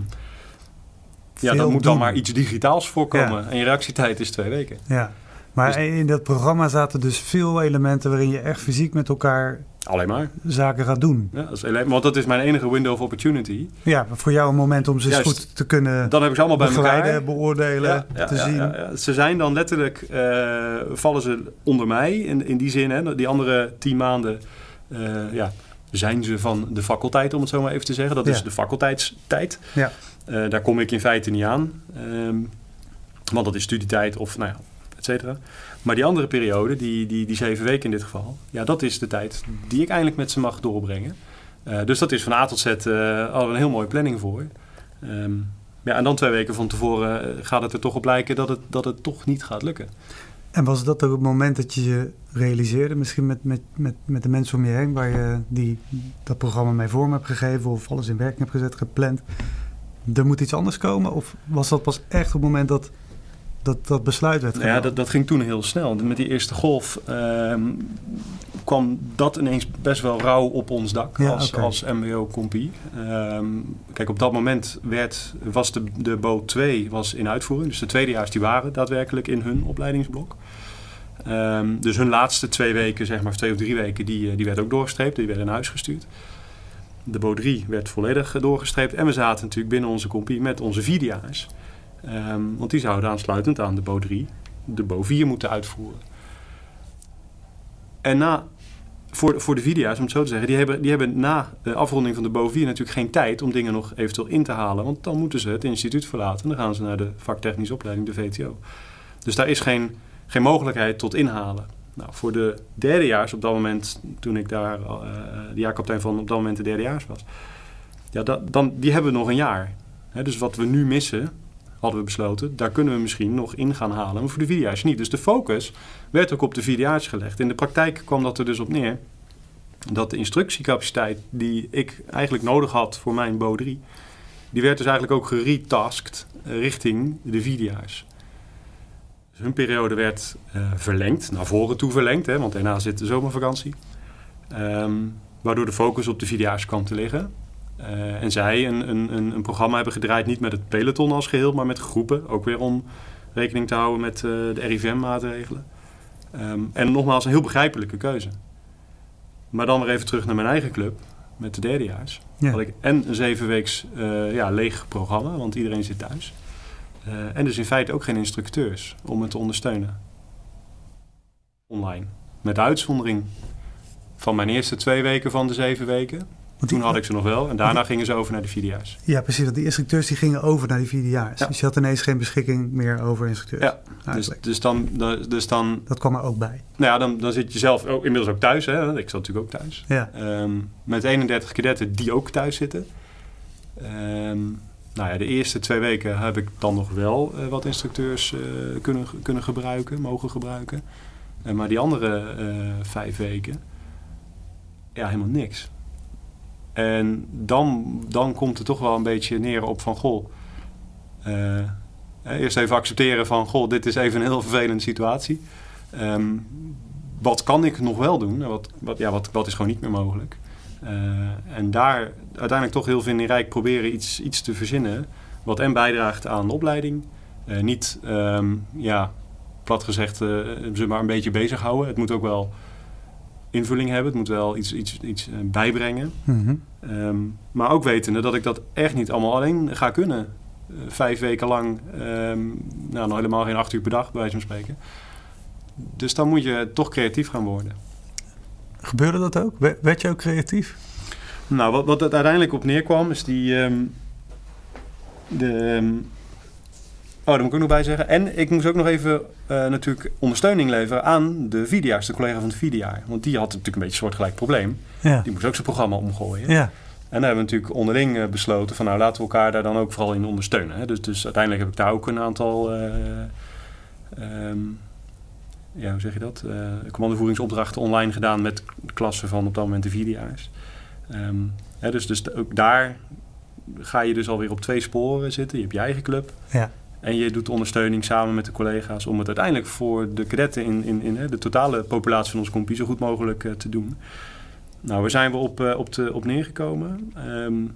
ja, dat moet dan maar iets digitaals voorkomen. Ja. En je reactietijd is twee weken.
Ja. Maar dus, in dat programma zaten dus veel elementen waarin je echt fysiek met elkaar
alleen maar
zaken gaat doen.
Ja, dat is ele- want dat is mijn enige window of opportunity.
Ja, voor jou een moment om ze eens goed te kunnen
dan heb ik ze allemaal bij elkaar
beoordelen, ja, ja, te ja, zien. Ja,
ja. Ze zijn dan letterlijk, uh, vallen ze onder mij in, in die zin. Hè, die andere tien maanden uh, ja, zijn ze van de faculteit, om het zo maar even te zeggen. Dat ja. is de faculteitstijd.
Ja.
Uh, daar kom ik in feite niet aan. Um, want dat is studietijd of nou ja, et cetera. Maar die andere periode, die, die, die zeven weken in dit geval, ja, dat is de tijd die ik eindelijk met ze mag doorbrengen. Uh, dus dat is van A tot Z uh, al een heel mooie planning voor. Um, ja, en dan twee weken van tevoren uh, gaat het er toch op lijken dat het, dat het toch niet gaat lukken.
En was dat ook het moment dat je je realiseerde, misschien met, met, met, met de mensen om je heen, waar je die, dat programma mee vorm hebt gegeven of alles in werking hebt gezet, gepland, er moet iets anders komen? Of was dat pas echt op het moment dat dat, dat besluit werd genomen?
Ja, dat, dat ging toen heel snel. Met die eerste golf uh, kwam dat ineens best wel rauw op ons dak ja, als, okay. als M B O-compie. Uh, kijk, op dat moment werd, was de, de B O twee was in uitvoering. Dus de tweedejaars die waren daadwerkelijk in hun opleidingsblok. Um, dus hun laatste twee weken, zeg maar twee of drie weken, die, die werd ook doorgestreept. Die werden naar huis gestuurd. De B O drie werd volledig doorgestreept. En we zaten natuurlijk binnen onze compie met onze vierdejaars. Um, want die zouden aansluitend aan de B O drie de B O vier moeten uitvoeren. En na voor, voor de Vidia's, om het zo te zeggen, die hebben, die hebben na de afronding van de B O vier natuurlijk geen tijd om dingen nog eventueel in te halen. Want dan moeten ze het instituut verlaten en dan gaan ze naar de vaktechnische opleiding, de V T O. Dus daar is geen, geen mogelijkheid tot inhalen. Nou, voor de derdejaars op dat moment, toen ik daar uh, de jaarkapitein van op dat moment de derdejaars was, ja, dat, dan, die hebben we nog een jaar. He, dus wat we nu missen, hadden we besloten, daar kunnen we misschien nog in gaan halen. Maar voor de vierdejaars niet. Dus de focus werd ook op de vierdejaars gelegd. In de praktijk kwam dat er dus op neer dat de instructiecapaciteit die ik eigenlijk nodig had voor mijn B O drie, die werd dus eigenlijk ook geretaskt richting de vierdejaars. Dus hun periode werd uh, verlengd, naar voren toe verlengd, hè, want daarna zit de zomervakantie. Um, waardoor de focus op de vierdejaars kwam te liggen. Uh, en zij een, een, een programma hebben gedraaid, niet met het peloton als geheel, maar met groepen. Ook weer om rekening te houden met uh, de R I V M-maatregelen. Um, en nogmaals, een heel begrijpelijke keuze. Maar dan weer even terug naar mijn eigen club, met de derdejaars. Ja. Had ik en een zevenweeks uh, ja, leeg programma, want iedereen zit thuis. Uh, en dus in feite ook geen instructeurs om het te ondersteunen. Online. Met uitzondering van mijn eerste twee weken van de zeven weken. Want toen had ik ze nog wel en daarna gingen ze over naar de vierdejaars.
Ja, precies. Want die instructeurs die gingen over naar die vierdejaars. Ja. Dus je had ineens geen beschikking meer over instructeurs.
Ja, dus, dus, dan, dus dan...
Dat kwam er ook bij.
Nou ja, dan, dan zit je zelf ook, inmiddels ook thuis. Hè? Ik zat natuurlijk ook thuis.
Ja.
Um, met eenendertig kadetten die ook thuis zitten. Um, nou ja, de eerste twee weken heb ik dan nog wel uh, wat instructeurs uh, kunnen, kunnen gebruiken, mogen gebruiken. Uh, maar die andere uh, vijf weken, ja, helemaal niks. En dan, dan komt het toch wel een beetje neer op van, goh, uh, eerst even accepteren van, goh, dit is even een heel vervelende situatie. Um, wat kan ik nog wel doen? Wat, wat, ja, wat, wat is gewoon niet meer mogelijk? Uh, en daar uiteindelijk toch heel vindingrijk proberen iets, iets te verzinnen wat en bijdraagt aan de opleiding. Uh, niet, um, ja, plat gezegd, uh, ze maar een beetje bezighouden. Het moet ook wel invulling hebben. Het moet wel iets, iets, iets uh, bijbrengen. Mm-hmm. Um, maar ook wetende dat ik dat echt niet allemaal alleen ga kunnen. Uh, vijf weken lang, um, nou nog helemaal geen acht uur per dag, bij wijze van spreken. Dus dan moet je toch creatief gaan worden.
Gebeurde dat ook? Werd je ook creatief?
Nou, wat, wat het uiteindelijk op neerkwam is die... Um, de, um, oh, daar moet ik ook nog bij zeggen. En ik moest ook nog even uh, natuurlijk ondersteuning leveren aan de vierdejaars, de collega van het vierde jaar. Want die had natuurlijk een beetje een soortgelijk probleem. Ja. Die moest ook zijn programma omgooien. Ja. En dan hebben we natuurlijk onderling uh, besloten van nou laten we elkaar daar dan ook vooral in ondersteunen. Hè. Dus, dus uiteindelijk heb ik daar ook een aantal... Uh, um, ja, hoe zeg je dat? Uh, commandovoeringsopdrachten online gedaan met klassen van op dat moment de vierdejaars. Um, hè, dus, dus ook daar ga je dus alweer op twee sporen zitten. Je hebt je eigen club. Ja. En je doet ondersteuning samen met de collega's om het uiteindelijk voor de kadetten in, in, in de totale populatie van ons compie zo goed mogelijk uh, te doen. Nou, waar zijn we op, uh, op, te, op neergekomen? Um,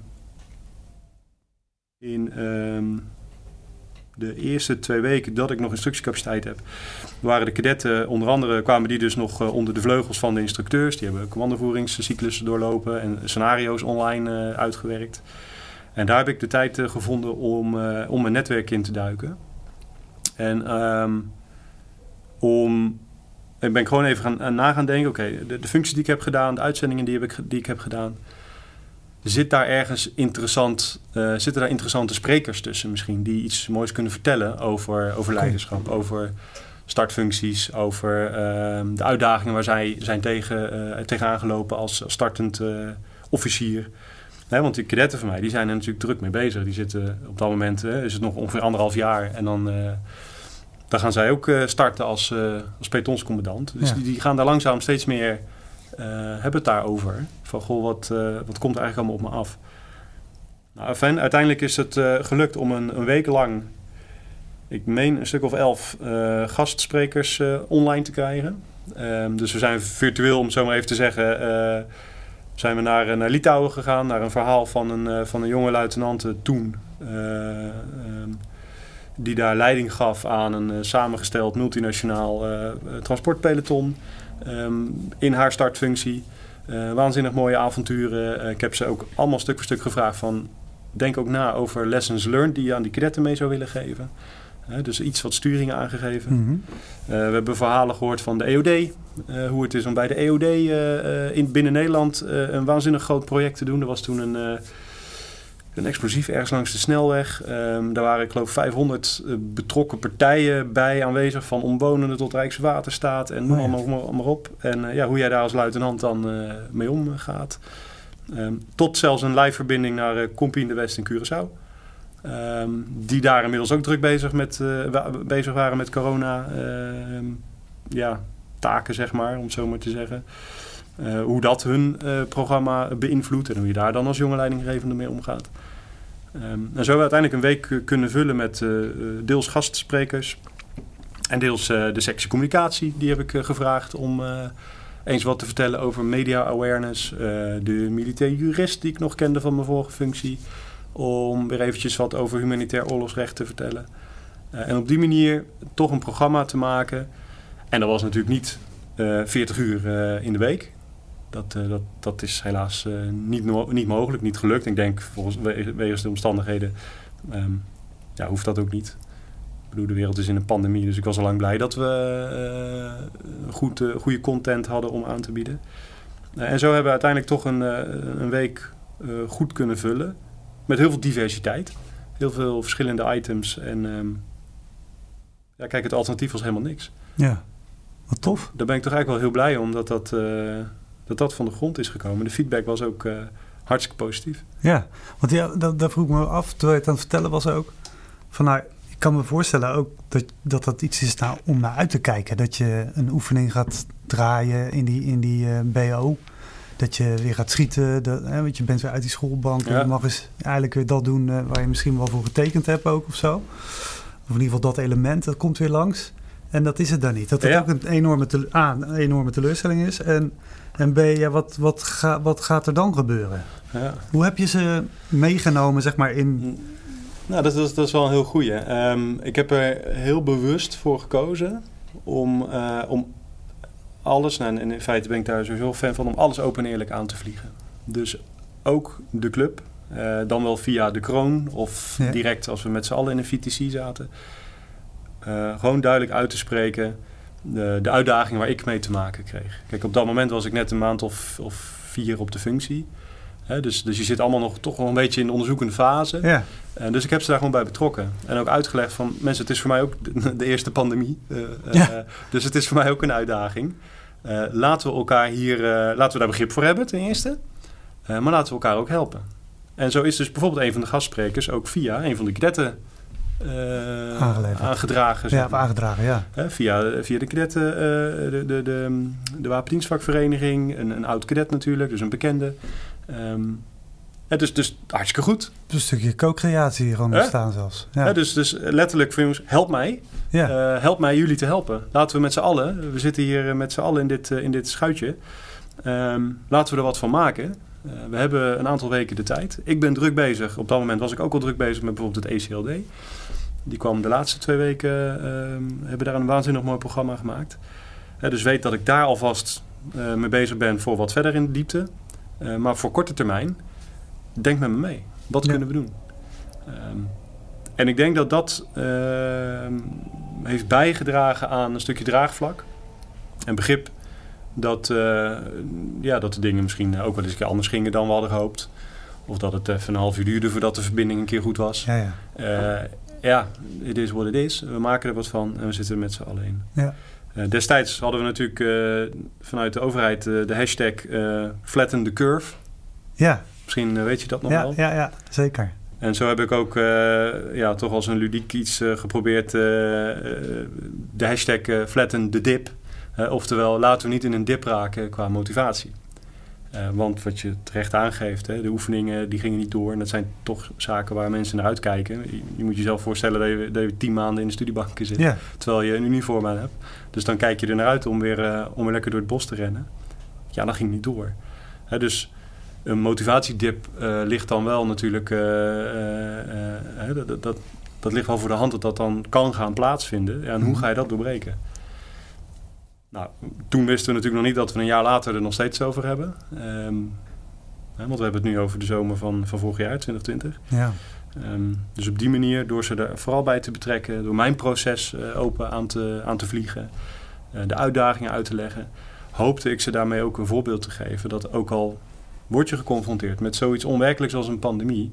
in um, de eerste twee weken dat ik nog instructiecapaciteit heb, waren de kadetten, onder andere kwamen die dus nog uh, onder de vleugels van de instructeurs. Die hebben commandovoeringscyclussen doorlopen en scenario's online uh, uitgewerkt. En daar heb ik de tijd uh, gevonden om, uh, om mijn netwerk in te duiken. En um, om... Ik ben gewoon even gaan, uh, na gaan denken, oké, okay, de, de functies die ik heb gedaan, de uitzendingen die, heb ik, die ik heb gedaan, zit daar ergens interessant, uh, zitten daar interessante sprekers tussen misschien, die iets moois kunnen vertellen over, over leiderschap, okay. over startfuncties, over uh, de uitdagingen waar zij zijn tegen, uh, tegenaan gelopen als startend uh, officier. Nee, want die kadetten van mij, die zijn er natuurlijk druk mee bezig. Die zitten op dat moment, uh, is het nog ongeveer anderhalf jaar en dan... Uh, Dan gaan zij ook uh, starten als, uh, als pelotonscommandant. Dus ja. die, die gaan daar langzaam steeds meer uh, hebben het daarover. Van, goh, wat, uh, wat komt er eigenlijk allemaal op me af? Nou, fijn, uiteindelijk is het uh, gelukt om een, een week lang... ik meen een stuk of elf uh, gastsprekers uh, online te krijgen. Um, dus we zijn virtueel, om het zo maar even te zeggen... Uh, zijn we naar, naar Litouwen gegaan. Naar een verhaal van een, uh, van een jonge luitenant uh, toen... Uh, um, die daar leiding gaf aan een uh, samengesteld multinationaal uh, transportpeloton um, in haar startfunctie. Uh, waanzinnig mooie avonturen. Uh, ik heb ze ook allemaal stuk voor stuk gevraagd van... denk ook na over lessons learned die je aan die kadetten mee zou willen geven. Hè, dus iets wat sturingen aangegeven.
Mm-hmm.
Uh, we hebben verhalen gehoord van de E O D. Uh, hoe het is om bij de E O D uh, uh, in, binnen Nederland uh, een waanzinnig groot project te doen. Er was toen een, uh, een explosief ergens langs de snelweg. Um, daar waren, ik geloof, vijfhonderd uh, betrokken partijen bij aanwezig. Van omwonenden tot Rijkswaterstaat en noem
Oh ja.
allemaal, allemaal op. En uh, ja, hoe jij daar als luitenant dan uh, mee omgaat. Um, tot zelfs een live verbinding naar uh, Compie in de West in Curaçao. Um, die daar inmiddels ook druk bezig, met, uh, wa- bezig waren met corona uh, ja, taken, zeg maar, om het zo maar te zeggen. Uh, hoe dat hun uh, programma beïnvloedt en hoe je daar dan als jonge leidinggevende mee omgaat. Um, en zo hebben we uiteindelijk een week uh, kunnen vullen met uh, deels gastsprekers en deels uh, de sectie communicatie. Die heb ik uh, gevraagd om uh, eens wat te vertellen over media awareness. Uh, de militair jurist die ik nog kende van mijn vorige functie. Om weer eventjes wat over humanitair oorlogsrecht te vertellen. Uh, en op die manier toch een programma te maken. En dat was natuurlijk niet uh, veertig uur uh, in de week. Dat, uh, dat, dat is helaas uh, niet, no- niet mogelijk, niet gelukt. Ik denk, volgens we- wegens de omstandigheden, um, ja, hoeft dat ook niet. Ik bedoel, de wereld is in een pandemie, dus ik was al lang blij dat we uh, goed, uh, goede content hadden om aan te bieden. Uh, en zo hebben we uiteindelijk toch een, uh, een week uh, goed kunnen vullen. Met heel veel diversiteit. Heel veel verschillende items. En um, ja, kijk, het alternatief was helemaal niks.
Ja, wat tof.
Daar ben ik toch eigenlijk wel heel blij om dat dat, uh, dat, dat van de grond is gekomen. De feedback was ook uh, hartstikke positief.
Ja, want ja, dat, dat vroeg ik me af, terwijl je het aan het vertellen was ook. Van nou, ik kan me voorstellen ook dat dat, dat iets is nou, om naar uit te kijken. Dat je een oefening gaat draaien in die, in die uh, B O. Dat je weer gaat schieten, dat, hè, want je bent weer uit die schoolbank. En
Ja.
je mag eens eigenlijk weer dat doen uh, waar je misschien wel voor getekend hebt ook of zo. Of in ieder geval dat element, dat komt weer langs. En dat is het dan niet. Dat het
Ja.
ook een enorme, tele- A, een enorme teleurstelling is. En, en B, ja, wat, wat, ga, wat gaat er dan gebeuren?
Ja.
Hoe heb je ze meegenomen, zeg maar, in...
Nou, dat, dat, dat is wel een heel goeie. Um, ik heb er heel bewust voor gekozen om, uh, om alles, nou, en in feite ben ik daar sowieso fan van, om alles open en eerlijk aan te vliegen. Dus ook de club, uh, dan wel via de kroon of
Ja.
direct als we met z'n allen in een V T C zaten. Uh, gewoon duidelijk uit te spreken de, de uitdaging waar ik mee te maken kreeg. Kijk, op dat moment was ik net een maand of, of vier op de functie. He, dus, dus je zit allemaal nog toch wel een beetje in de onderzoekende fase.
Ja.
Uh, dus ik heb ze daar gewoon bij betrokken. En ook uitgelegd van, mensen, het is voor mij ook de, de eerste pandemie. Uh,
Ja.
uh, dus het is voor mij ook een uitdaging. Uh, laten we elkaar hier, uh, laten we daar begrip voor hebben ten eerste. Uh, maar laten we elkaar ook helpen. En zo is dus bijvoorbeeld een van de gastsprekers ook via een van de kadetten uh, aangedragen.
Ja, of aangedragen, ja.
He, via, via de kadetten, uh, de, de, de, de wapendienstvakvereniging, een, een oud kadet natuurlijk, dus een bekende. Um, ja, dus, dus hartstikke goed.
Dus een stukje co-creatie gewoon
Hè?
ontstaan zelfs. Ja.
Ja, dus, dus letterlijk van jongens, help mij.
Ja.
Uh, help mij jullie te helpen. Laten we met z'n allen, we zitten hier met z'n allen in dit, uh, in dit schuitje. Um, laten we er wat van maken. Uh, we hebben een aantal weken de tijd. Ik ben druk bezig. Op dat moment was ik ook al druk bezig met bijvoorbeeld het E C L D. Die kwam de laatste twee weken, uh, hebben daar een waanzinnig mooi programma gemaakt. Uh, dus weet dat ik daar alvast uh, mee bezig ben voor wat verder in de diepte. Uh, maar voor korte termijn, denk met me mee. Wat
Ja.
kunnen we doen? Um, en ik denk dat dat uh, heeft bijgedragen aan een stukje draagvlak. En begrip dat, uh, ja, dat de dingen misschien ook wel eens een keer anders gingen dan we hadden gehoopt. Of dat het even een half uur duurde voordat de verbinding een keer goed was.
Ja, ja.
Uh, ja, it is what it is. We maken er wat van en we zitten er met z'n allen in.
Ja.
Uh, destijds hadden we natuurlijk uh, vanuit de overheid uh, de hashtag uh, flatten the curve.
Ja.
Misschien uh, weet je dat nog
Ja,
wel.
ja, ja, zeker.
En zo heb ik ook uh, ja, toch als een ludiek iets uh, geprobeerd uh, uh, de hashtag uh, flatten the dip. Uh, oftewel, laten we niet in een dip raken qua motivatie. Uh, want wat je terecht aangeeft, hè, de oefeningen die gingen niet door. En dat zijn toch zaken waar mensen naar uitkijken. Je, je moet jezelf voorstellen dat je, dat je tien maanden in de studiebanken zit.
Ja.
Terwijl je een uniform aan hebt. Dus dan kijk je er naar uit om weer, uh, om weer lekker door het bos te rennen. Ja, dat ging niet door. Uh, dus een motivatiedip uh, ligt dan wel natuurlijk... Uh, uh, uh, dat, dat, dat ligt wel voor de hand dat dat dan kan gaan plaatsvinden. Ja, en hoe ga je dat doorbreken? Nou, toen wisten we natuurlijk nog niet dat we een jaar later er nog steeds over hebben. Um, hè, want we hebben het nu over de zomer van, van vorig jaar, twintig twintig.
Ja.
Um, dus op die manier, door ze er vooral bij te betrekken, door mijn proces uh, open aan te, aan te vliegen, uh, de uitdagingen uit te leggen, hoopte ik ze daarmee ook een voorbeeld te geven dat ook al word je geconfronteerd met zoiets onwerkelijks als een pandemie,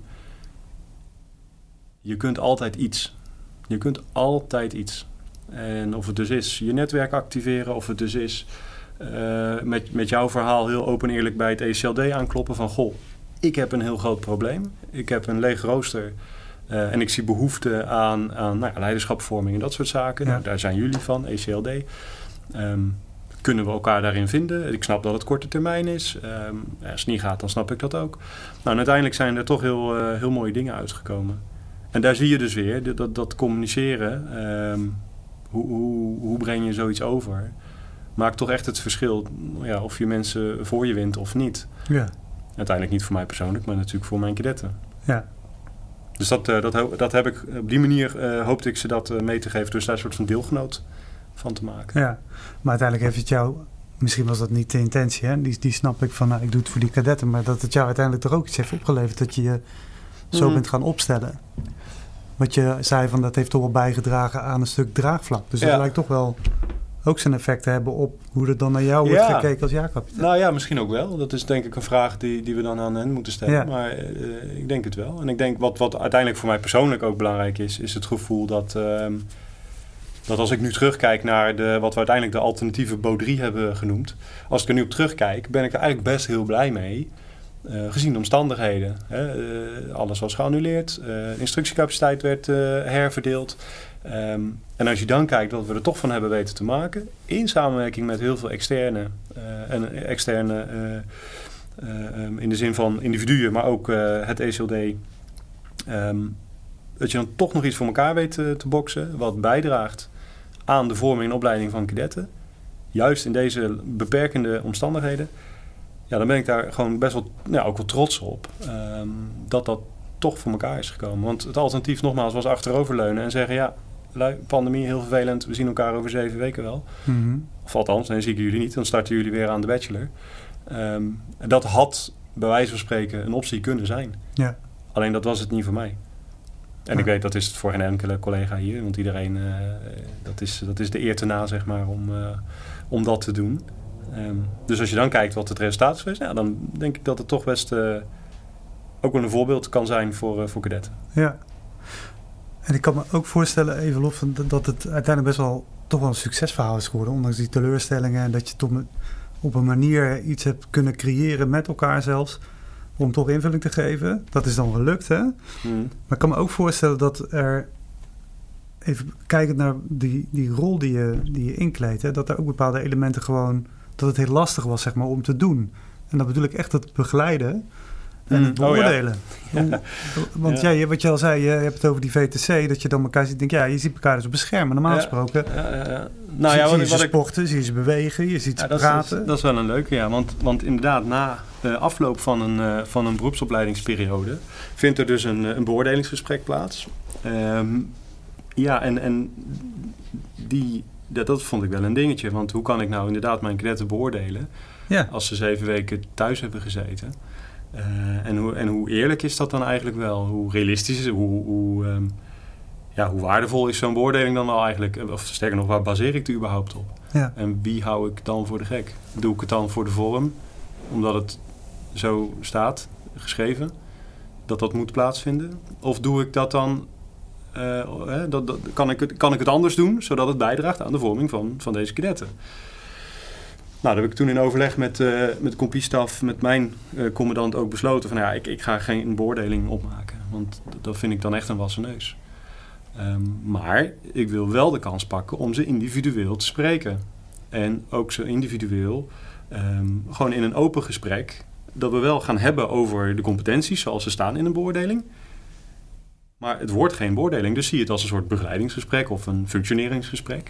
je kunt altijd iets. Je kunt altijd iets. En of het dus is je netwerk activeren, of het dus is uh, met, met jouw verhaal heel open en eerlijk bij het E C L D aankloppen van goh, ik heb een heel groot probleem. Ik heb een leeg rooster uh, en ik zie behoefte aan, aan nou ja, leiderschapsvorming en dat soort zaken. Ja. Nou, daar zijn jullie van, E C L D. Um, kunnen we elkaar daarin vinden? Ik snap dat het korte termijn is. Um, ja, als het niet gaat, dan snap ik dat ook. Nou, en uiteindelijk zijn er toch heel, uh, heel mooie dingen uitgekomen. En daar zie je dus weer, dat, dat communiceren, um, hoe, hoe, hoe breng je zoiets over, maakt toch echt het verschil ja, of je mensen voor je wint of niet.
Ja.
Uiteindelijk niet voor mij persoonlijk, maar natuurlijk voor mijn kadetten.
Ja.
Dus dat, uh, dat, dat heb ik, op die manier uh, hoopte ik ze dat uh, mee te geven, dus daar een soort van deelgenoot van te maken.
Ja, maar uiteindelijk heeft het jou, misschien was dat niet de intentie, hè? Die, die snap ik van, nou, ik doe het voor die kadetten, maar dat het jou uiteindelijk toch ook iets heeft opgeleverd, dat je je zo mm. bent gaan opstellen. Wat je zei, van dat heeft toch wel bijgedragen aan een stuk draagvlak. Dus dat ja. lijkt toch wel ook zijn effect te hebben op hoe er dan naar jou wordt ja. gekeken als jaarkapitein.
Nou ja, misschien ook wel. Dat is denk ik een vraag die, die we dan aan hen moeten stellen. Ja. Maar uh, ik denk het wel. En ik denk wat, wat uiteindelijk voor mij persoonlijk ook belangrijk is, is het gevoel dat, uh, dat als ik nu terugkijk naar de, wat we uiteindelijk de alternatieve B O drie hebben genoemd. Als ik er nu op terugkijk, ben ik er eigenlijk best heel blij mee. Uh, gezien de omstandigheden. Hè. Uh, alles was geannuleerd. Uh, instructiecapaciteit werd uh, herverdeeld. Um, en als je dan kijkt wat we er toch van hebben weten te maken, in samenwerking met heel veel externe, uh, en externe uh, uh, um, in de zin van individuen, maar ook uh, het E C L D, um, dat je dan toch nog iets voor elkaar weet te, te boksen, wat bijdraagt aan de vorming en opleiding van kadetten, juist in deze beperkende omstandigheden. Ja, dan ben ik daar gewoon best wel, ja, ook wel trots op, um, dat dat toch voor elkaar is gekomen. Want het alternatief nogmaals was achteroverleunen en zeggen, ja, pandemie, heel vervelend, we zien elkaar over zeven weken wel.
Mm-hmm.
Of althans, dan zie ik jullie niet, dan starten jullie weer aan de bachelor. Um, dat had, bij wijze van spreken, een optie kunnen zijn.
Ja.
Alleen dat was het niet voor mij. En ja. ik weet, dat is het voor geen enkele collega hier, want iedereen, uh, dat, is, dat is de eer te na, zeg maar, om, uh, om dat te doen. Um, dus als je dan kijkt wat het resultaat is geweest, ja, dan denk ik dat het toch best uh, ook wel een voorbeeld kan zijn voor, uh, voor kadetten.
Ja. En ik kan me ook voorstellen, even los van dat het uiteindelijk best wel toch wel een succesverhaal is geworden, ondanks die teleurstellingen, en dat je toch op een manier iets hebt kunnen creëren met elkaar zelfs, om toch invulling te geven. Dat is dan gelukt, hè? Mm. Maar ik kan me ook voorstellen dat er, even kijkend naar die, die rol die je, die je inkleedt, hè, dat er ook bepaalde elementen gewoon, dat het heel lastig was, zeg maar, om te doen. En dat bedoel ik echt het begeleiden en het beoordelen. Oh, ja. Ja. Want ja. Ja, wat je al zei, je hebt het over die V T C, dat je dan elkaar ziet, denk ja, je ziet elkaar dus op een scherm. Maar normaal ja. gesproken ja, ja, ja. Nou, zie, ja, zie je ze sporten, ik... zie je ze bewegen, je ziet ja, ze
dat
praten.
Is, dat is wel een leuke, ja. Want, want inderdaad, na de afloop van een, uh, van een beroepsopleidingsperiode vindt er dus een, een beoordelingsgesprek plaats. Um, ja, en, en die, dat, dat vond ik wel een dingetje. Want hoe kan ik nou inderdaad mijn kadetten beoordelen ja. als ze zeven weken thuis hebben gezeten? Uh, en, hoe, en hoe eerlijk is dat dan eigenlijk wel? Hoe realistisch is het? Hoe, hoe, um, ja, hoe waardevol is zo'n beoordeling dan wel eigenlijk? Of sterker nog, waar baseer ik het überhaupt op?
Ja.
En wie hou ik dan voor de gek? Doe ik het dan voor de vorm? Omdat het zo staat, geschreven, dat dat moet plaatsvinden? Of doe ik dat dan... Uh, eh, dat, dat, kan, ik het, kan ik het anders doen, zodat het bijdraagt aan de vorming van, van deze kadetten? Nou, dat heb ik toen in overleg met, uh, met de compiestaf, met mijn uh, commandant ook besloten van ja, ik, ik ga geen beoordeling opmaken. Want dat vind ik dan echt een wassen neus. Um, maar ik wil wel de kans pakken om ze individueel te spreken. En ook zo individueel, um, gewoon in een open gesprek, dat we wel gaan hebben over de competenties zoals ze staan in een beoordeling. Maar het wordt geen beoordeling, dus zie je het als een soort begeleidingsgesprek of een functioneringsgesprek.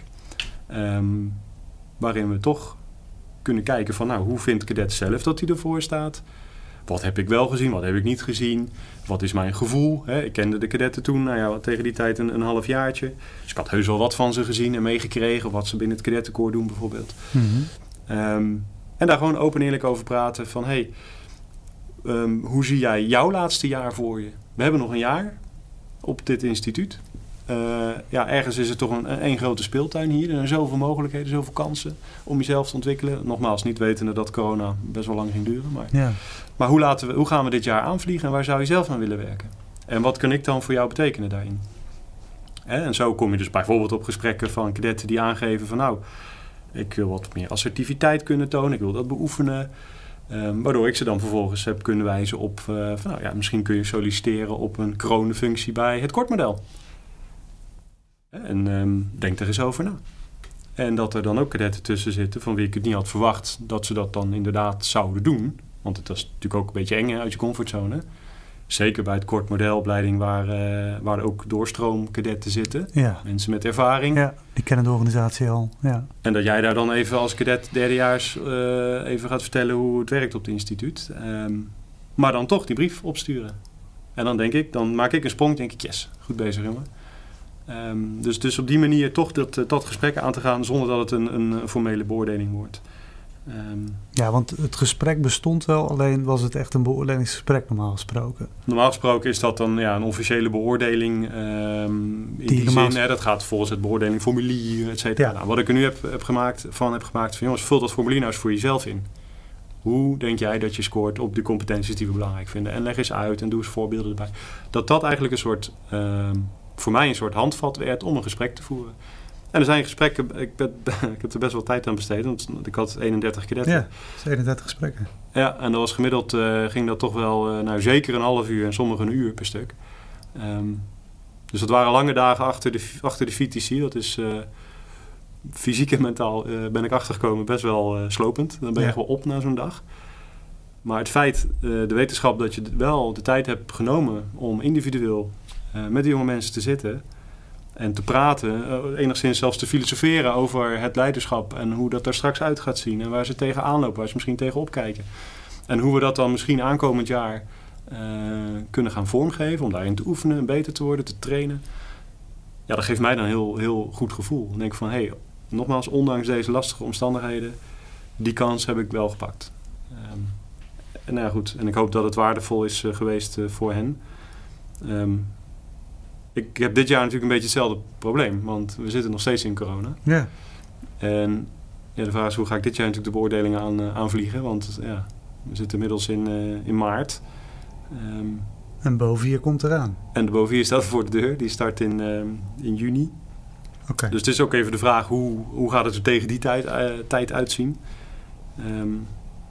Um, waarin we toch kunnen kijken van, nou, hoe vindt kadet zelf dat hij ervoor staat? Wat heb ik wel gezien, wat heb ik niet gezien? Wat is mijn gevoel? Hè? Ik kende de kadetten toen, nou ja, tegen die tijd een, een half jaartje. Dus ik had heus wel wat van ze gezien en meegekregen, wat ze binnen het kadettenkoor doen bijvoorbeeld.
Mm-hmm.
Um, en daar gewoon open en eerlijk over praten van, hey, um, hoe zie jij jouw laatste jaar voor je? We hebben nog een jaar. op dit instituut. Uh, ja, ergens is het toch een, een grote speeltuin hier. Er zijn zoveel mogelijkheden, zoveel kansen om jezelf te ontwikkelen. Nogmaals, niet wetende dat corona best wel lang ging duren. Maar,
ja.
maar hoe, laten we, hoe gaan we dit jaar aanvliegen en waar zou je zelf aan willen werken? En wat kan ik dan voor jou betekenen daarin? Hè? En zo kom je dus bijvoorbeeld op gesprekken van kadetten die aangeven van nou, ik wil wat meer assertiviteit kunnen tonen, ik wil dat beoefenen. Um, waardoor ik ze dan vervolgens heb kunnen wijzen op, uh, van, nou ja, misschien kun je solliciteren op een kroonfunctie bij het kortmodel. En um, denk er eens over na. En dat er dan ook kadetten tussen zitten van wie ik het niet had verwacht dat ze dat dan inderdaad zouden doen. Want het was natuurlijk ook een beetje eng hè, uit je comfortzone. Zeker bij het kortmodelopleiding waar, uh, waar ook doorstroomkadetten zitten. Ja. Mensen met ervaring.
Ja, die kennen de organisatie al. Ja.
En dat jij daar dan even als cadet derdejaars uh, even gaat vertellen hoe het werkt op het instituut. Um, maar dan toch die brief opsturen. En dan denk ik, dan maak ik een sprong, denk ik, yes, goed bezig jongen. Um, dus, dus op die manier toch dat, dat gesprek aan te gaan zonder dat het een, een formele beoordeling wordt.
Um, ja, want het gesprek bestond wel, alleen was het echt een beoordelingsgesprek normaal gesproken.
Normaal gesproken is dat dan ja, een officiële beoordeling. Um, in die, die zin, hè, dat gaat volgens het beoordelingformulier, et cetera. Ja. Nou, wat ik er nu heb, heb gemaakt, van heb gemaakt van jongens, vul dat formulier nou eens voor jezelf in. Hoe denk jij dat je scoort op de competenties die we belangrijk vinden? En leg eens uit en doe eens voorbeelden erbij. Dat dat eigenlijk een soort, um, voor mij een soort handvat werd om een gesprek te voeren. En er zijn gesprekken, ik, ben, ik heb er best wel tijd aan besteed, want ik had eenendertig kadetten.
Ja, eenendertig gesprekken.
Ja, en dat was gemiddeld, uh, ging dat toch wel, uh, nou zeker een half uur en sommige een uur per stuk. Um, dus dat waren lange dagen achter de, achter de V T C. Dat is uh, fysiek en mentaal, uh, ben ik achtergekomen, best wel uh, slopend. Dan ben je ja. gewoon op na zo'n dag. Maar het feit, uh, de wetenschap dat je wel de tijd hebt genomen om individueel uh, met die jonge mensen te zitten en te praten, uh, enigszins zelfs te filosoferen over het leiderschap en hoe dat er straks uit gaat zien en waar ze tegenaan lopen, waar ze misschien tegenop kijken. En hoe we dat dan misschien aankomend jaar uh, kunnen gaan vormgeven om daarin te oefenen, beter te worden, te trainen. Ja, dat geeft mij dan een heel, heel goed gevoel. Dan denk ik van, hé, hey, nogmaals, ondanks deze lastige omstandigheden, die kans heb ik wel gepakt. Um, en nou ja, goed, en ik hoop dat het waardevol is uh, geweest uh, voor hen. Um, Ik heb dit jaar natuurlijk een beetje hetzelfde probleem, want we zitten nog steeds in corona.
Ja.
En ja, de vraag is, hoe ga ik dit jaar natuurlijk de beoordelingen aan, uh, aanvliegen? Want ja, we zitten inmiddels in, uh, in maart. Um,
en Bovier komt eraan.
En de Bovier staat voor de deur, die start in, uh, in juni.
Okay.
Dus het is ook even de vraag, hoe, hoe gaat het er tegen die tijd, uh, tijd uitzien? Um,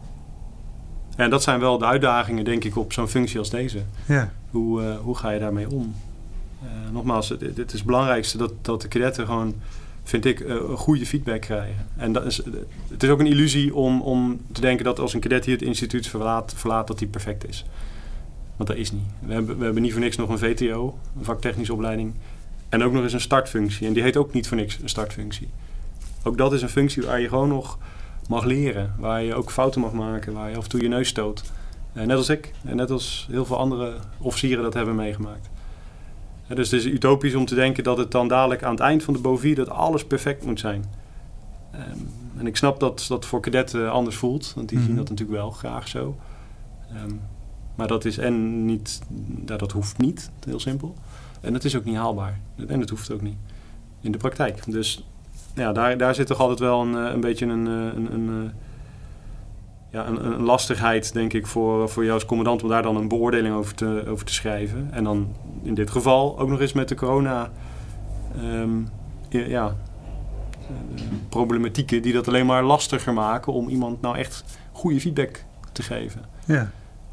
en dat zijn wel de uitdagingen, denk ik, op zo'n functie als deze.
Ja.
Hoe, uh, hoe ga je daarmee om? Uh, nogmaals, het, het is het belangrijkste dat, dat de kadetten gewoon, vind ik, uh, een goede feedback krijgen. En dat is, het is ook een illusie om, om te denken dat als een cadet hier het instituut verlaat, verlaat dat die perfect is. Want dat is niet. We hebben, we hebben niet voor niks nog een V T O, een vaktechnische opleiding. En ook nog eens een startfunctie. En die heet ook niet voor niks een startfunctie. Ook dat is een functie waar je gewoon nog mag leren. Waar je ook fouten mag maken. Waar je af en toe je neus stoot. Uh, net als ik. En net als heel veel andere officieren dat hebben meegemaakt. Uh, dus het is utopisch om te denken dat het dan dadelijk aan het eind van de Bovier dat alles perfect moet zijn. Um, en ik snap dat dat voor kadetten anders voelt. Want die mm-hmm. zien dat natuurlijk wel graag zo. Um, maar dat is en niet, ja, dat hoeft niet, heel simpel. En het is ook niet haalbaar. En dat hoeft ook niet in de praktijk. Dus ja, daar, daar zit toch altijd wel een, een beetje een, een, een, ja, een, een lastigheid, denk ik, voor, voor jou als commandant om daar dan een beoordeling over te, over te schrijven. En dan in dit geval ook nog eens met de corona um, ja, problematieken die dat alleen maar lastiger maken om iemand nou echt goede feedback te geven.
Ja.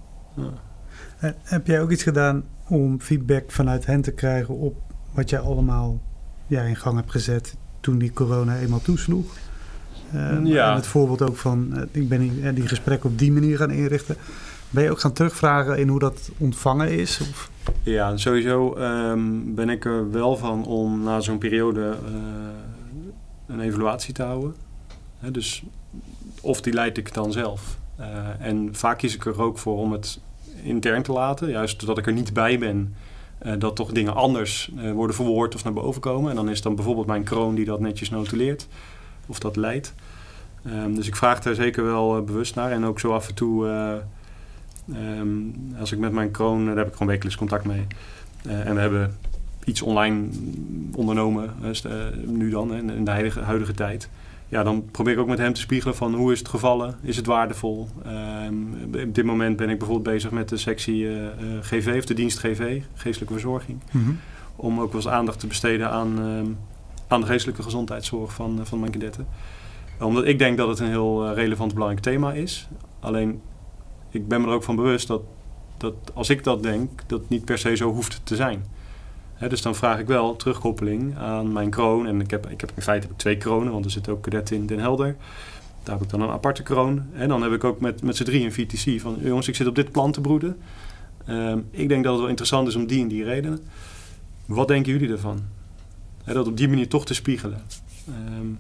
Ja. Heb jij ook iets gedaan om feedback vanuit hen te krijgen op wat jij allemaal ja, in gang hebt gezet toen die corona eenmaal toesloeg? Uh, ja. En het voorbeeld ook van, uh, ik ben die, die gesprekken op die manier gaan inrichten. Ben je ook gaan terugvragen in hoe dat ontvangen is? Of?
Ja, sowieso um, ben ik er wel van om na zo'n periode uh, een evaluatie te houden. He, dus of die leid ik dan zelf. Uh, en vaak kies ik er ook voor om het intern te laten. Juist doordat ik er niet bij ben. Uh, dat toch dingen anders uh, worden verwoord of naar boven komen. En dan is het dan bijvoorbeeld mijn kroon die dat netjes notuleert. Of dat leidt. Um, dus ik vraag daar zeker wel uh, bewust naar. En ook zo af en toe, uh, um, als ik met mijn kroon, daar heb ik gewoon wekelijks contact mee. Uh, en we hebben iets online ondernomen, uh, nu dan, uh, in de huidige, huidige tijd. Ja, dan probeer ik ook met hem te spiegelen van hoe is het gevallen? Is het waardevol? Uh, op dit moment ben ik bijvoorbeeld bezig met de sectie uh, uh, G V, of de dienst G V, geestelijke verzorging. Mm-hmm. Om ook wel eens aandacht te besteden aan, uh, aan de geestelijke gezondheidszorg van, uh, van mijn kadetten. Omdat ik denk dat het een heel uh, relevant belangrijk thema is. Alleen, ik ben me er ook van bewust dat, dat als ik dat denk, dat niet per se zo hoeft te zijn. He, dus dan vraag ik wel terugkoppeling aan mijn kroon. En ik heb, ik heb in feite heb ik twee kronen, want er zit ook kadet in Den Helder. Daar heb ik dan een aparte kroon. En dan heb ik ook met, met z'n drie een V T C van, jongens, ik zit op dit plan te broeden. Um, ik denk dat het wel interessant is om die en die redenen. Wat denken jullie ervan? He, dat op die manier toch te spiegelen. Um,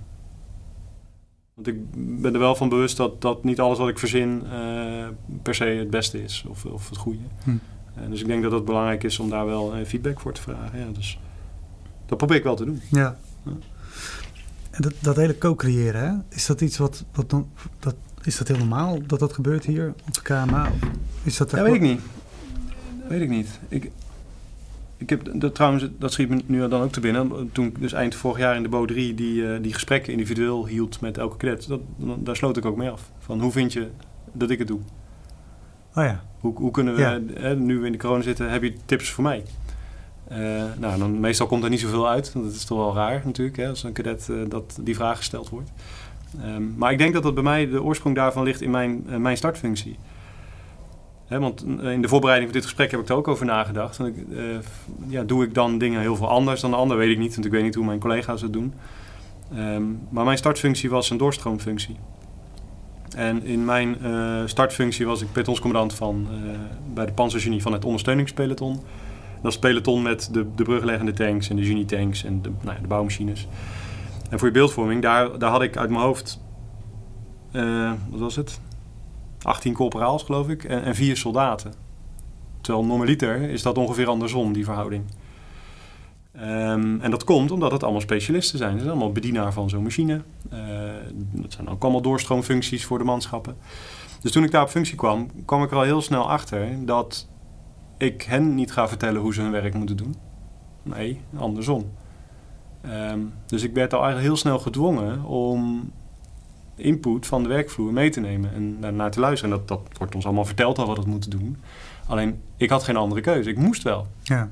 want ik ben er wel van bewust dat, dat niet alles wat ik verzin uh, per se het beste is of, of het goede. Hm. Uh, dus ik denk dat het belangrijk is om daar wel uh, feedback voor te vragen. Ja, dus dat probeer ik wel te doen.
Ja. ja. En dat, dat hele co-creëren, hè? Is dat iets wat, wat dan, dat, is dat heel normaal dat dat gebeurt hier op de K M A? Of is dat
ja, weet ik niet. Weet ik niet. Ik, ik heb dat, trouwens, dat schiet me nu dan ook te binnen. Toen ik dus eind vorig jaar in de B O drie die, uh, die gesprekken individueel hield met elke cadet, dat, daar sloot ik ook mee af. Van hoe vind je dat ik het doe?
Oh ja.
Hoe, hoe kunnen we, ja. hè, nu we in de corona zitten, heb je tips voor mij? Uh, nou, dan meestal komt er niet zoveel uit. Dat is toch wel raar natuurlijk, hè, als een cadet uh, dat die vraag gesteld wordt. Um, maar ik denk dat dat bij mij, de oorsprong daarvan ligt in mijn, uh, mijn startfunctie. Hè, want in de voorbereiding van dit gesprek heb ik er ook over nagedacht. Want ik, uh, ja, doe ik dan dingen heel veel anders dan de ander? Weet ik niet, want ik weet niet hoe mijn collega's het doen. Um, maar mijn startfunctie was een doorstroomfunctie. En in mijn uh, startfunctie was ik pelotonscommandant van, uh, bij de Panzergenie van het ondersteuningspeloton. Dat is het peloton met de, de brugleggende tanks en de Genie-tanks en de, nou ja, de bouwmachines. En voor je beeldvorming, daar, daar had ik uit mijn hoofd, uh, wat was het? achttien corporaals geloof ik en, en vier soldaten. Terwijl normaliter is dat ongeveer andersom, die verhouding. Um, en dat komt omdat het allemaal specialisten zijn. Ze zijn allemaal bedienaar van zo'n machine. Uh, dat zijn ook allemaal doorstroomfuncties voor de manschappen. Dus toen ik daar op functie kwam, kwam ik er al heel snel achter dat ik hen niet ga vertellen hoe ze hun werk moeten doen. Nee, andersom. Um, dus ik werd al eigenlijk heel snel gedwongen om input van de werkvloer mee te nemen en daarnaar te luisteren. En dat, dat wordt ons allemaal verteld al wat we moeten doen. Alleen, ik had geen andere keuze. Ik moest wel. Ja.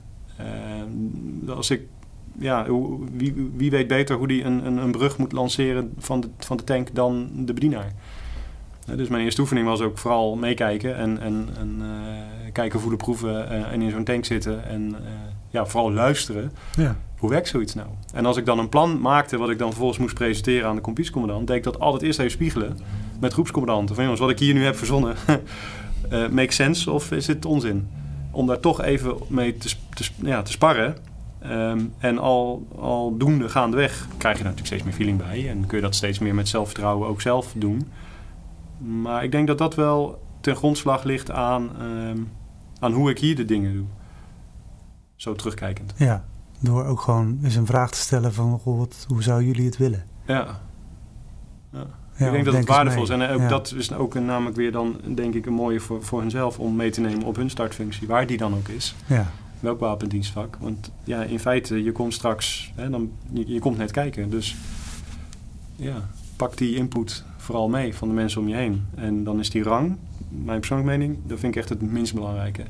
Uh, als ik, ja, wie, wie weet beter hoe die een, een, een brug moet lanceren van de, van de tank dan de bedienaar. Uh, dus mijn eerste oefening was ook vooral meekijken en, en, en uh, kijken, voelen, proeven uh, en in zo'n tank zitten. En uh, ja, vooral luisteren. Ja. Hoe werkt zoiets nou? En als ik dan een plan maakte wat ik dan vervolgens moest presenteren aan de compagniecommandant, deed ik dat altijd eerst even spiegelen met groepscommandanten. Van jongens, wat ik hier nu heb verzonnen, uh, make sense of is het onzin? Om daar toch even mee te, te, ja, te sparren. Um, en al, al doende gaandeweg krijg je natuurlijk steeds meer feeling bij. En kun je dat steeds meer met zelfvertrouwen ook zelf doen. Maar ik denk dat dat wel ten grondslag ligt aan, um, aan hoe ik hier de dingen doe. Zo terugkijkend.
Ja, door ook gewoon eens een vraag te stellen van goh, wat, hoe zouden jullie het willen?
Ja. ja. Ja, ik denk dat het waardevol is. En ook ja. dat is ook een, namelijk weer dan, denk ik, een mooie voor, voor hunzelf om mee te nemen op hun startfunctie, waar die dan ook is. Ja. Welk wapendienstvak. Want ja, in feite, je komt straks, hè, dan, je, je komt net kijken. Dus ja, pak die input vooral mee van de mensen om je heen. En dan is die rang, mijn persoonlijke mening, dat vind ik echt het minst belangrijke.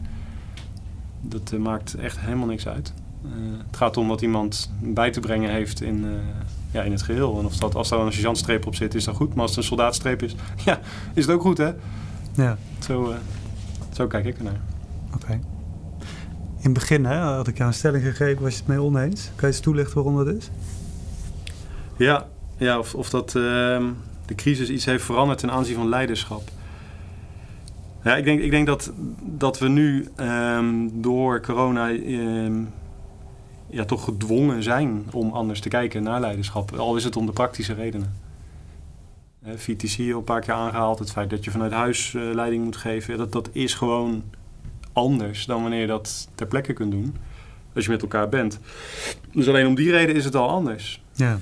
Dat uh, maakt echt helemaal niks uit. Uh, het gaat om wat iemand bij te brengen heeft in... Uh, Ja, in het geheel. En of dat, als daar een sergeantstreep op zit, is dat goed. Maar als het een soldaatstreep is, ja, is het ook goed, hè? Ja. Zo, uh, zo kijk ik ernaar.
Oké. Okay. In het begin hè, had ik jou een stelling gegeven, was je het mee oneens? Kan je eens toelichten waarom dat is?
Ja, ja of, of dat uh, de crisis iets heeft veranderd ten aanzien van leiderschap. Ja, ik denk, ik denk dat, dat we nu um, door corona... Um, ja, toch gedwongen zijn om anders te kijken naar leiderschap. Al is het om de praktische redenen. Uh, V T C hier een paar keer aangehaald. Het feit dat je vanuit huis uh, leiding moet geven. Dat, dat is gewoon anders dan wanneer je dat ter plekke kunt doen. Als je met elkaar bent. Dus alleen om die reden is het al anders. Ja.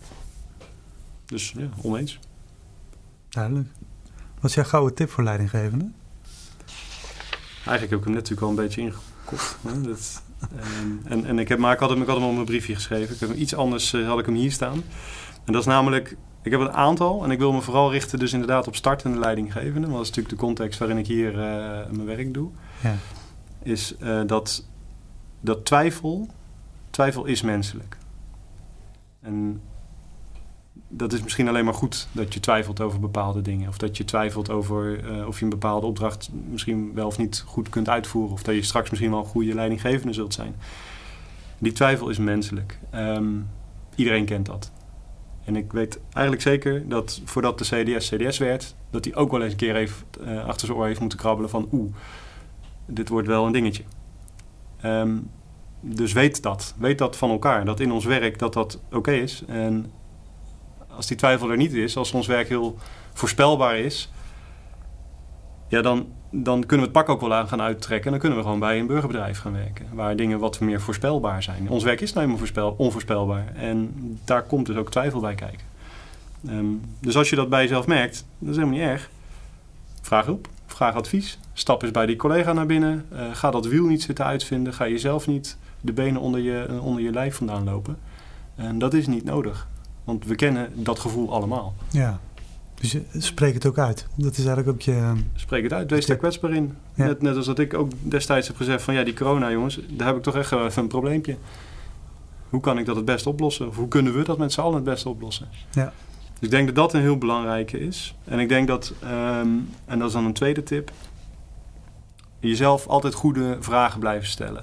Dus ja, oneens.
Duidelijk. Wat is jouw gouden tip voor leidinggevenden?
Eigenlijk heb ik hem net natuurlijk al een beetje gekocht. Hè? Dat, um, en en ik, heb, maar ik, had hem, ik had hem op mijn briefje geschreven. Ik heb hem iets anders, uh, had ik hem hier staan. En dat is namelijk, ik heb een aantal en ik wil me vooral richten dus inderdaad op startende leidinggevenden. Want dat is natuurlijk de context waarin ik hier uh, mijn werk doe. Ja. Is uh, dat, dat twijfel, twijfel is menselijk. En dat is misschien alleen maar goed dat je twijfelt over bepaalde dingen. Of dat je twijfelt over uh, of je een bepaalde opdracht misschien wel of niet goed kunt uitvoeren. Of dat je straks misschien wel een goede leidinggevende zult zijn. Die twijfel is menselijk. Um, iedereen kent dat. En ik weet eigenlijk zeker dat voordat de C D S C D S werd, dat hij ook wel eens een keer even uh, achter zijn oor heeft moeten krabbelen van oeh, dit wordt wel een dingetje. Um, dus weet dat. Weet dat van elkaar. Dat in ons werk dat dat oké okay is. En als die twijfel er niet is, als ons werk heel voorspelbaar is, ja, dan, dan kunnen we het pak ook wel aan gaan uittrekken. En dan kunnen we gewoon bij een burgerbedrijf gaan werken. Waar dingen wat meer voorspelbaar zijn. Ons werk is nou helemaal voorspel, onvoorspelbaar. En daar komt dus ook twijfel bij kijken. Um, dus als je dat bij jezelf merkt, dat is helemaal niet erg. Vraag hulp, vraag advies. Stap eens bij die collega naar binnen. Uh, ga dat wiel niet zitten uitvinden. Ga jezelf niet de benen onder je, onder je lijf vandaan lopen. En dat is niet nodig. Want we kennen dat gevoel allemaal.
Ja, dus spreek het ook uit. Dat is eigenlijk ook je...
Spreek het uit, wees daar kwetsbaar in. Ja. Net, net als dat ik ook destijds heb gezegd van ja, die corona jongens, daar heb ik toch echt even een probleempje. Hoe kan ik dat het best oplossen? Of hoe kunnen we dat met z'n allen het best oplossen? Ja. Dus ik denk dat dat een heel belangrijke is. En ik denk dat, um, en dat is dan een tweede tip, jezelf altijd goede vragen blijven stellen.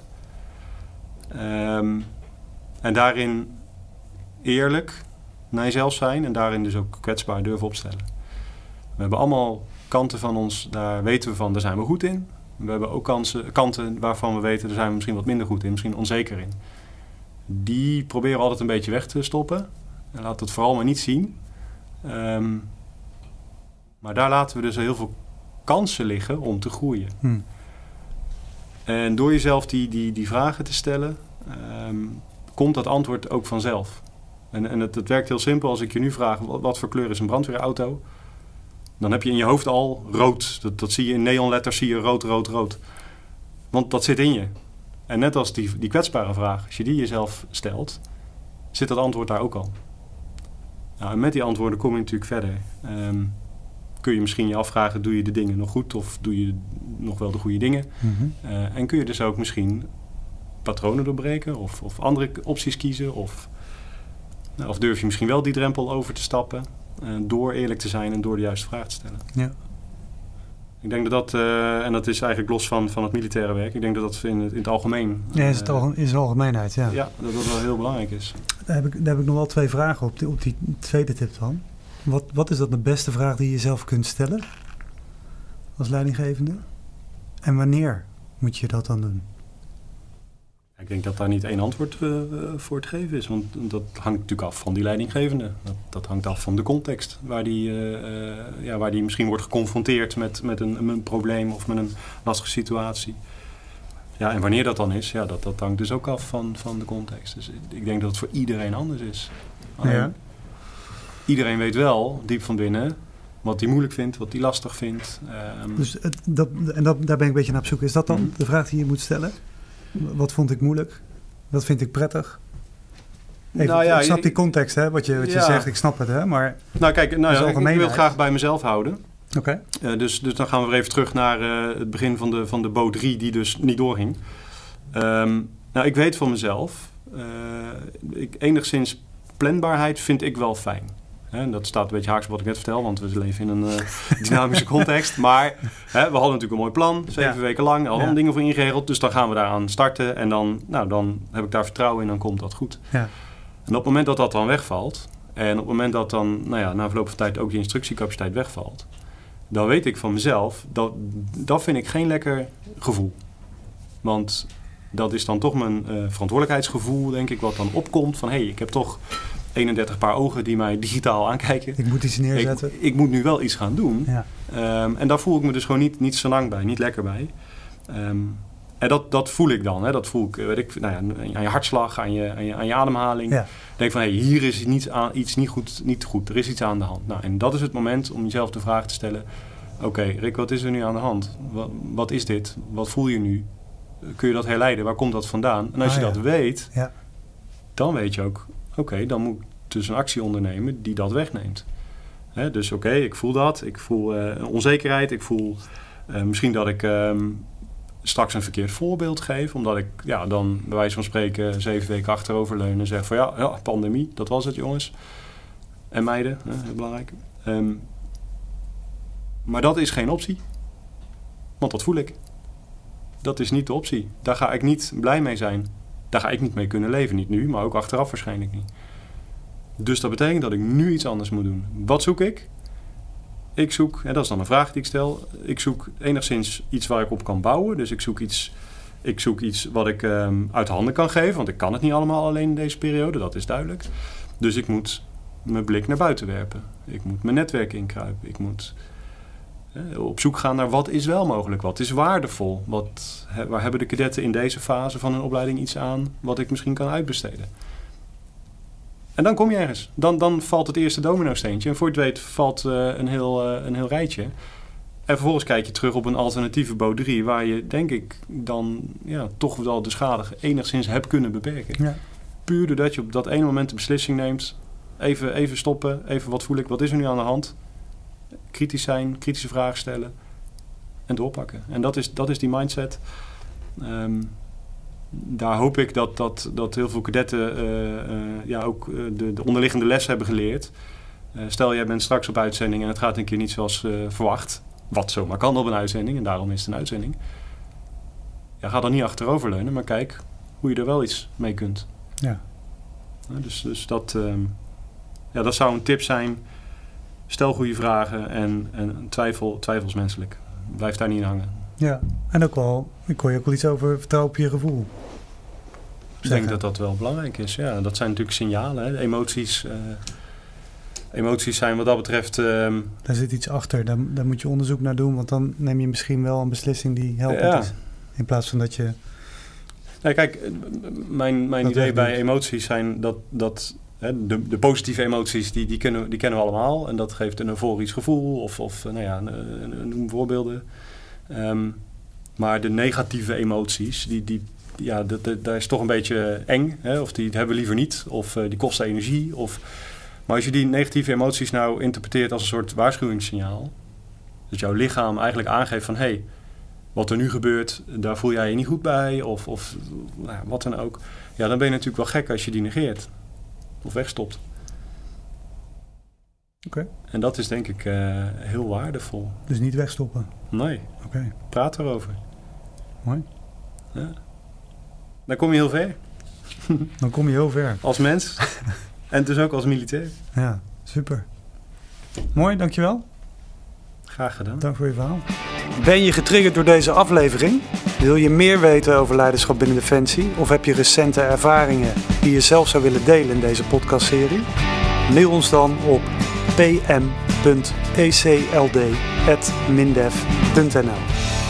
Um, en daarin eerlijk naar jezelf zijn en daarin dus ook kwetsbaar durven opstellen. We hebben allemaal kanten van ons, daar weten we van, daar zijn we goed in. We hebben ook kansen, kanten waarvan we weten, daar zijn we misschien wat minder goed in, misschien onzeker in. Die proberen we altijd een beetje weg te stoppen. En laat het vooral maar niet zien. Um, maar daar laten we dus heel veel kansen liggen om te groeien. Hmm. En door jezelf die, die, die vragen te stellen, um, komt dat antwoord ook vanzelf. En, en het, het werkt heel simpel. Als ik je nu vraag, wat, wat voor kleur is een brandweerauto? Dan heb je in je hoofd al rood. Dat, dat zie je in neonletters, zie je rood, rood, rood. Want dat zit in je. En net als die, die kwetsbare vraag, als je die jezelf stelt, zit dat antwoord daar ook al. Nou, en met die antwoorden kom je natuurlijk verder. Um, kun je misschien je afvragen, doe je de dingen nog goed of doe je nog wel de goede dingen? Mm-hmm. Uh, en kun je dus ook misschien patronen doorbreken of, of andere opties kiezen of... Of durf je misschien wel die drempel over te stappen uh, door eerlijk te zijn en door de juiste vraag te stellen. Ja. Ik denk dat dat, uh, en dat is eigenlijk los van, van het militaire werk, ik denk dat dat in het, in het algemeen...
Ja, in het algemeen, in zijn algemeenheid, ja.
Ja, dat dat wel heel belangrijk is.
Daar heb ik, daar heb ik nog wel twee vragen op, die, op die tweede tip dan. Wat, wat is dat de beste vraag die je zelf kunt stellen als leidinggevende? En wanneer moet je dat dan doen?
Ik denk dat daar niet één antwoord uh, voor te geven is. Want dat hangt natuurlijk af van die leidinggevende. Dat, dat hangt af van de context. Waar die, uh, uh, ja, waar die misschien wordt geconfronteerd met, met een, een probleem of met een lastige situatie. Ja, en wanneer dat dan is, ja, dat, dat hangt dus ook af van, van de context. Dus ik denk dat het voor iedereen anders is. Alleen, ja. Iedereen weet wel, diep van binnen, wat hij moeilijk vindt, wat hij lastig vindt. Um,
dus het, dat, en dat, daar ben ik een beetje naar op zoek. Is dat dan mm-hmm. de vraag die je moet stellen? Wat vond ik moeilijk? Wat vind ik prettig? Even, nou ja, ik snap die context, hè, wat je, wat je ja. zegt. Ik snap het, hè, maar...
Nou kijk, nou ja, ik, ik wil het graag bij mezelf houden.
Oké.
Okay. Uh, dus, dus dan gaan we weer even terug naar uh, het begin van de, van de boot drie, die dus niet doorging. Um, nou, ik weet van mezelf... Uh, ik, enigszins planbaarheid vind ik wel fijn. Hè, dat staat een beetje haaks op wat ik net vertel, want we leven in een uh, dynamische context. Maar hè, we hadden natuurlijk een mooi plan, zeven ja. weken lang, al ja. dingen voor ingeregeld. Dus dan gaan we daaraan starten en dan, nou, dan heb ik daar vertrouwen in, dan komt dat goed. Ja. En op het moment dat dat dan wegvalt, en op het moment dat dan, nou ja, na verloop van tijd ook die instructiecapaciteit wegvalt, dan weet ik van mezelf, dat, dat vind ik geen lekker gevoel. Want dat is dan toch mijn uh, verantwoordelijkheidsgevoel, denk ik, wat dan opkomt van, hé, hey, ik heb toch eenendertig paar ogen die mij digitaal aankijken.
Ik moet iets neerzetten.
Ik, ik moet nu wel iets gaan doen. Ja. Um, en daar voel ik me dus gewoon niet, niet zo lang bij, niet lekker bij. Um, en dat, dat voel ik dan. Hè. Dat voel ik, weet ik nou ja, aan je hartslag, aan je, aan je, aan je ademhaling. Ja. Denk van, hé, hey, hier is iets, aan, iets niet, goed, niet goed. Er is iets aan de hand. Nou, en dat is het moment om jezelf de vraag te stellen. Oké, okay, Rick, wat is er nu aan de hand? Wat, wat is dit? Wat voel je nu? kun je dat herleiden. Waar komt dat vandaan? En als ah, je ja. dat weet,
ja.
dan weet je ook... Oké, okay, dan moet ik dus een actie ondernemen die dat wegneemt. Hè, dus oké, okay, ik voel dat. Ik voel uh, een onzekerheid. Ik voel uh, misschien dat ik um, straks een verkeerd voorbeeld geef. Omdat ik ja, dan bij wijze van spreken zeven weken achteroverleun en zeg van ja, ja, pandemie, dat was het jongens. En meiden, hè, heel belangrijk. Um, maar dat is geen optie. Want dat voel ik. Dat is niet de optie. Daar ga ik niet blij mee zijn. Daar ga ik niet mee kunnen leven. Niet nu, maar ook achteraf waarschijnlijk niet. Dus dat betekent dat ik nu iets anders moet doen. Wat zoek ik? Ik zoek, en dat is dan een vraag die ik stel. Ik zoek enigszins iets waar ik op kan bouwen. Dus ik zoek iets, ik zoek iets wat ik um, uit handen kan geven. Want ik kan het niet allemaal alleen in deze periode. Dat is duidelijk. Dus ik moet mijn blik naar buiten werpen. Ik moet mijn netwerk inkruipen. Ik moet eh, op zoek gaan naar wat is wel mogelijk. Wat is waardevol. Wat, he, waar hebben de kadetten in deze fase van hun opleiding iets aan wat ik misschien kan uitbesteden. En dan kom je ergens. Dan, dan valt het eerste domino-steentje. En voor je het weet valt uh, een, heel, uh, een heel rijtje. En vervolgens kijk je terug op een alternatieve boot drie... waar je, denk ik, dan ja, toch wel de schade enigszins hebt kunnen beperken. Ja. Puur doordat je op dat ene moment de beslissing neemt... Even, even stoppen, even wat voel ik, wat is er nu aan de hand? Kritisch zijn, kritische vragen stellen en doorpakken. En dat is, dat is die mindset... Um, Daar hoop ik dat, dat, dat heel veel kadetten uh, uh, ja, ook uh, de, de onderliggende les hebben geleerd. Uh, stel, jij bent straks op uitzending en het gaat een keer niet zoals uh, verwacht. Wat zomaar kan op een uitzending en daarom is het een uitzending. Ja, ga dan niet achteroverleunen, maar kijk hoe je er wel iets mee kunt.
Ja.
Uh, dus dus dat, uh, ja, dat zou een tip zijn. Stel goede vragen en, en twijfel, twijfel is menselijk. Blijf daar niet in hangen.
Ja, en ook wel, ik hoor je ook wel iets over vertrouwen op je gevoel.
Ik denk dat dat wel belangrijk is. Ja, dat zijn natuurlijk signalen. Hè. Emoties, uh, emoties zijn wat dat betreft... Uh,
daar zit iets achter. Daar, daar moet je onderzoek naar doen. Want dan neem je misschien wel een beslissing die helpend ja. is. In plaats van dat je...
Nee, kijk, mijn, mijn idee bij doet. emoties zijn dat... dat hè, de, de positieve emoties, die, die, kennen, die kennen we allemaal. En dat geeft een euforisch gevoel. Of, of nou ja, noem voorbeelden. Um, maar de negatieve emoties, die... die ja, dat, dat, dat is toch een beetje eng. Hè? Of die hebben we liever niet. Of uh, die kosten energie. Of... Maar als je die negatieve emoties nou interpreteert als een soort waarschuwingssignaal. Dat jouw lichaam eigenlijk aangeeft van... hé, hey, wat er nu gebeurt, daar voel jij je niet goed bij. Of, of nou, wat dan ook. Ja, dan ben je natuurlijk wel gek als je die negeert. Of wegstopt.
Oké. Okay.
En dat is denk ik uh, heel waardevol.
Dus niet wegstoppen?
Nee.
Oké. Okay.
Praat erover.
Mooi.
Ja. Dan kom je heel ver.
Dan kom je heel ver.
Als mens. En dus ook als militair.
Ja, super. Mooi, dankjewel.
Graag gedaan.
Dank voor je verhaal. Ben je getriggerd door deze aflevering? Wil je meer weten over leiderschap binnen Defensie? Of heb je recente ervaringen die je zelf zou willen delen in deze podcastserie? Mail ons dan op p m punt e c l d apenstaartje mindef punt n l.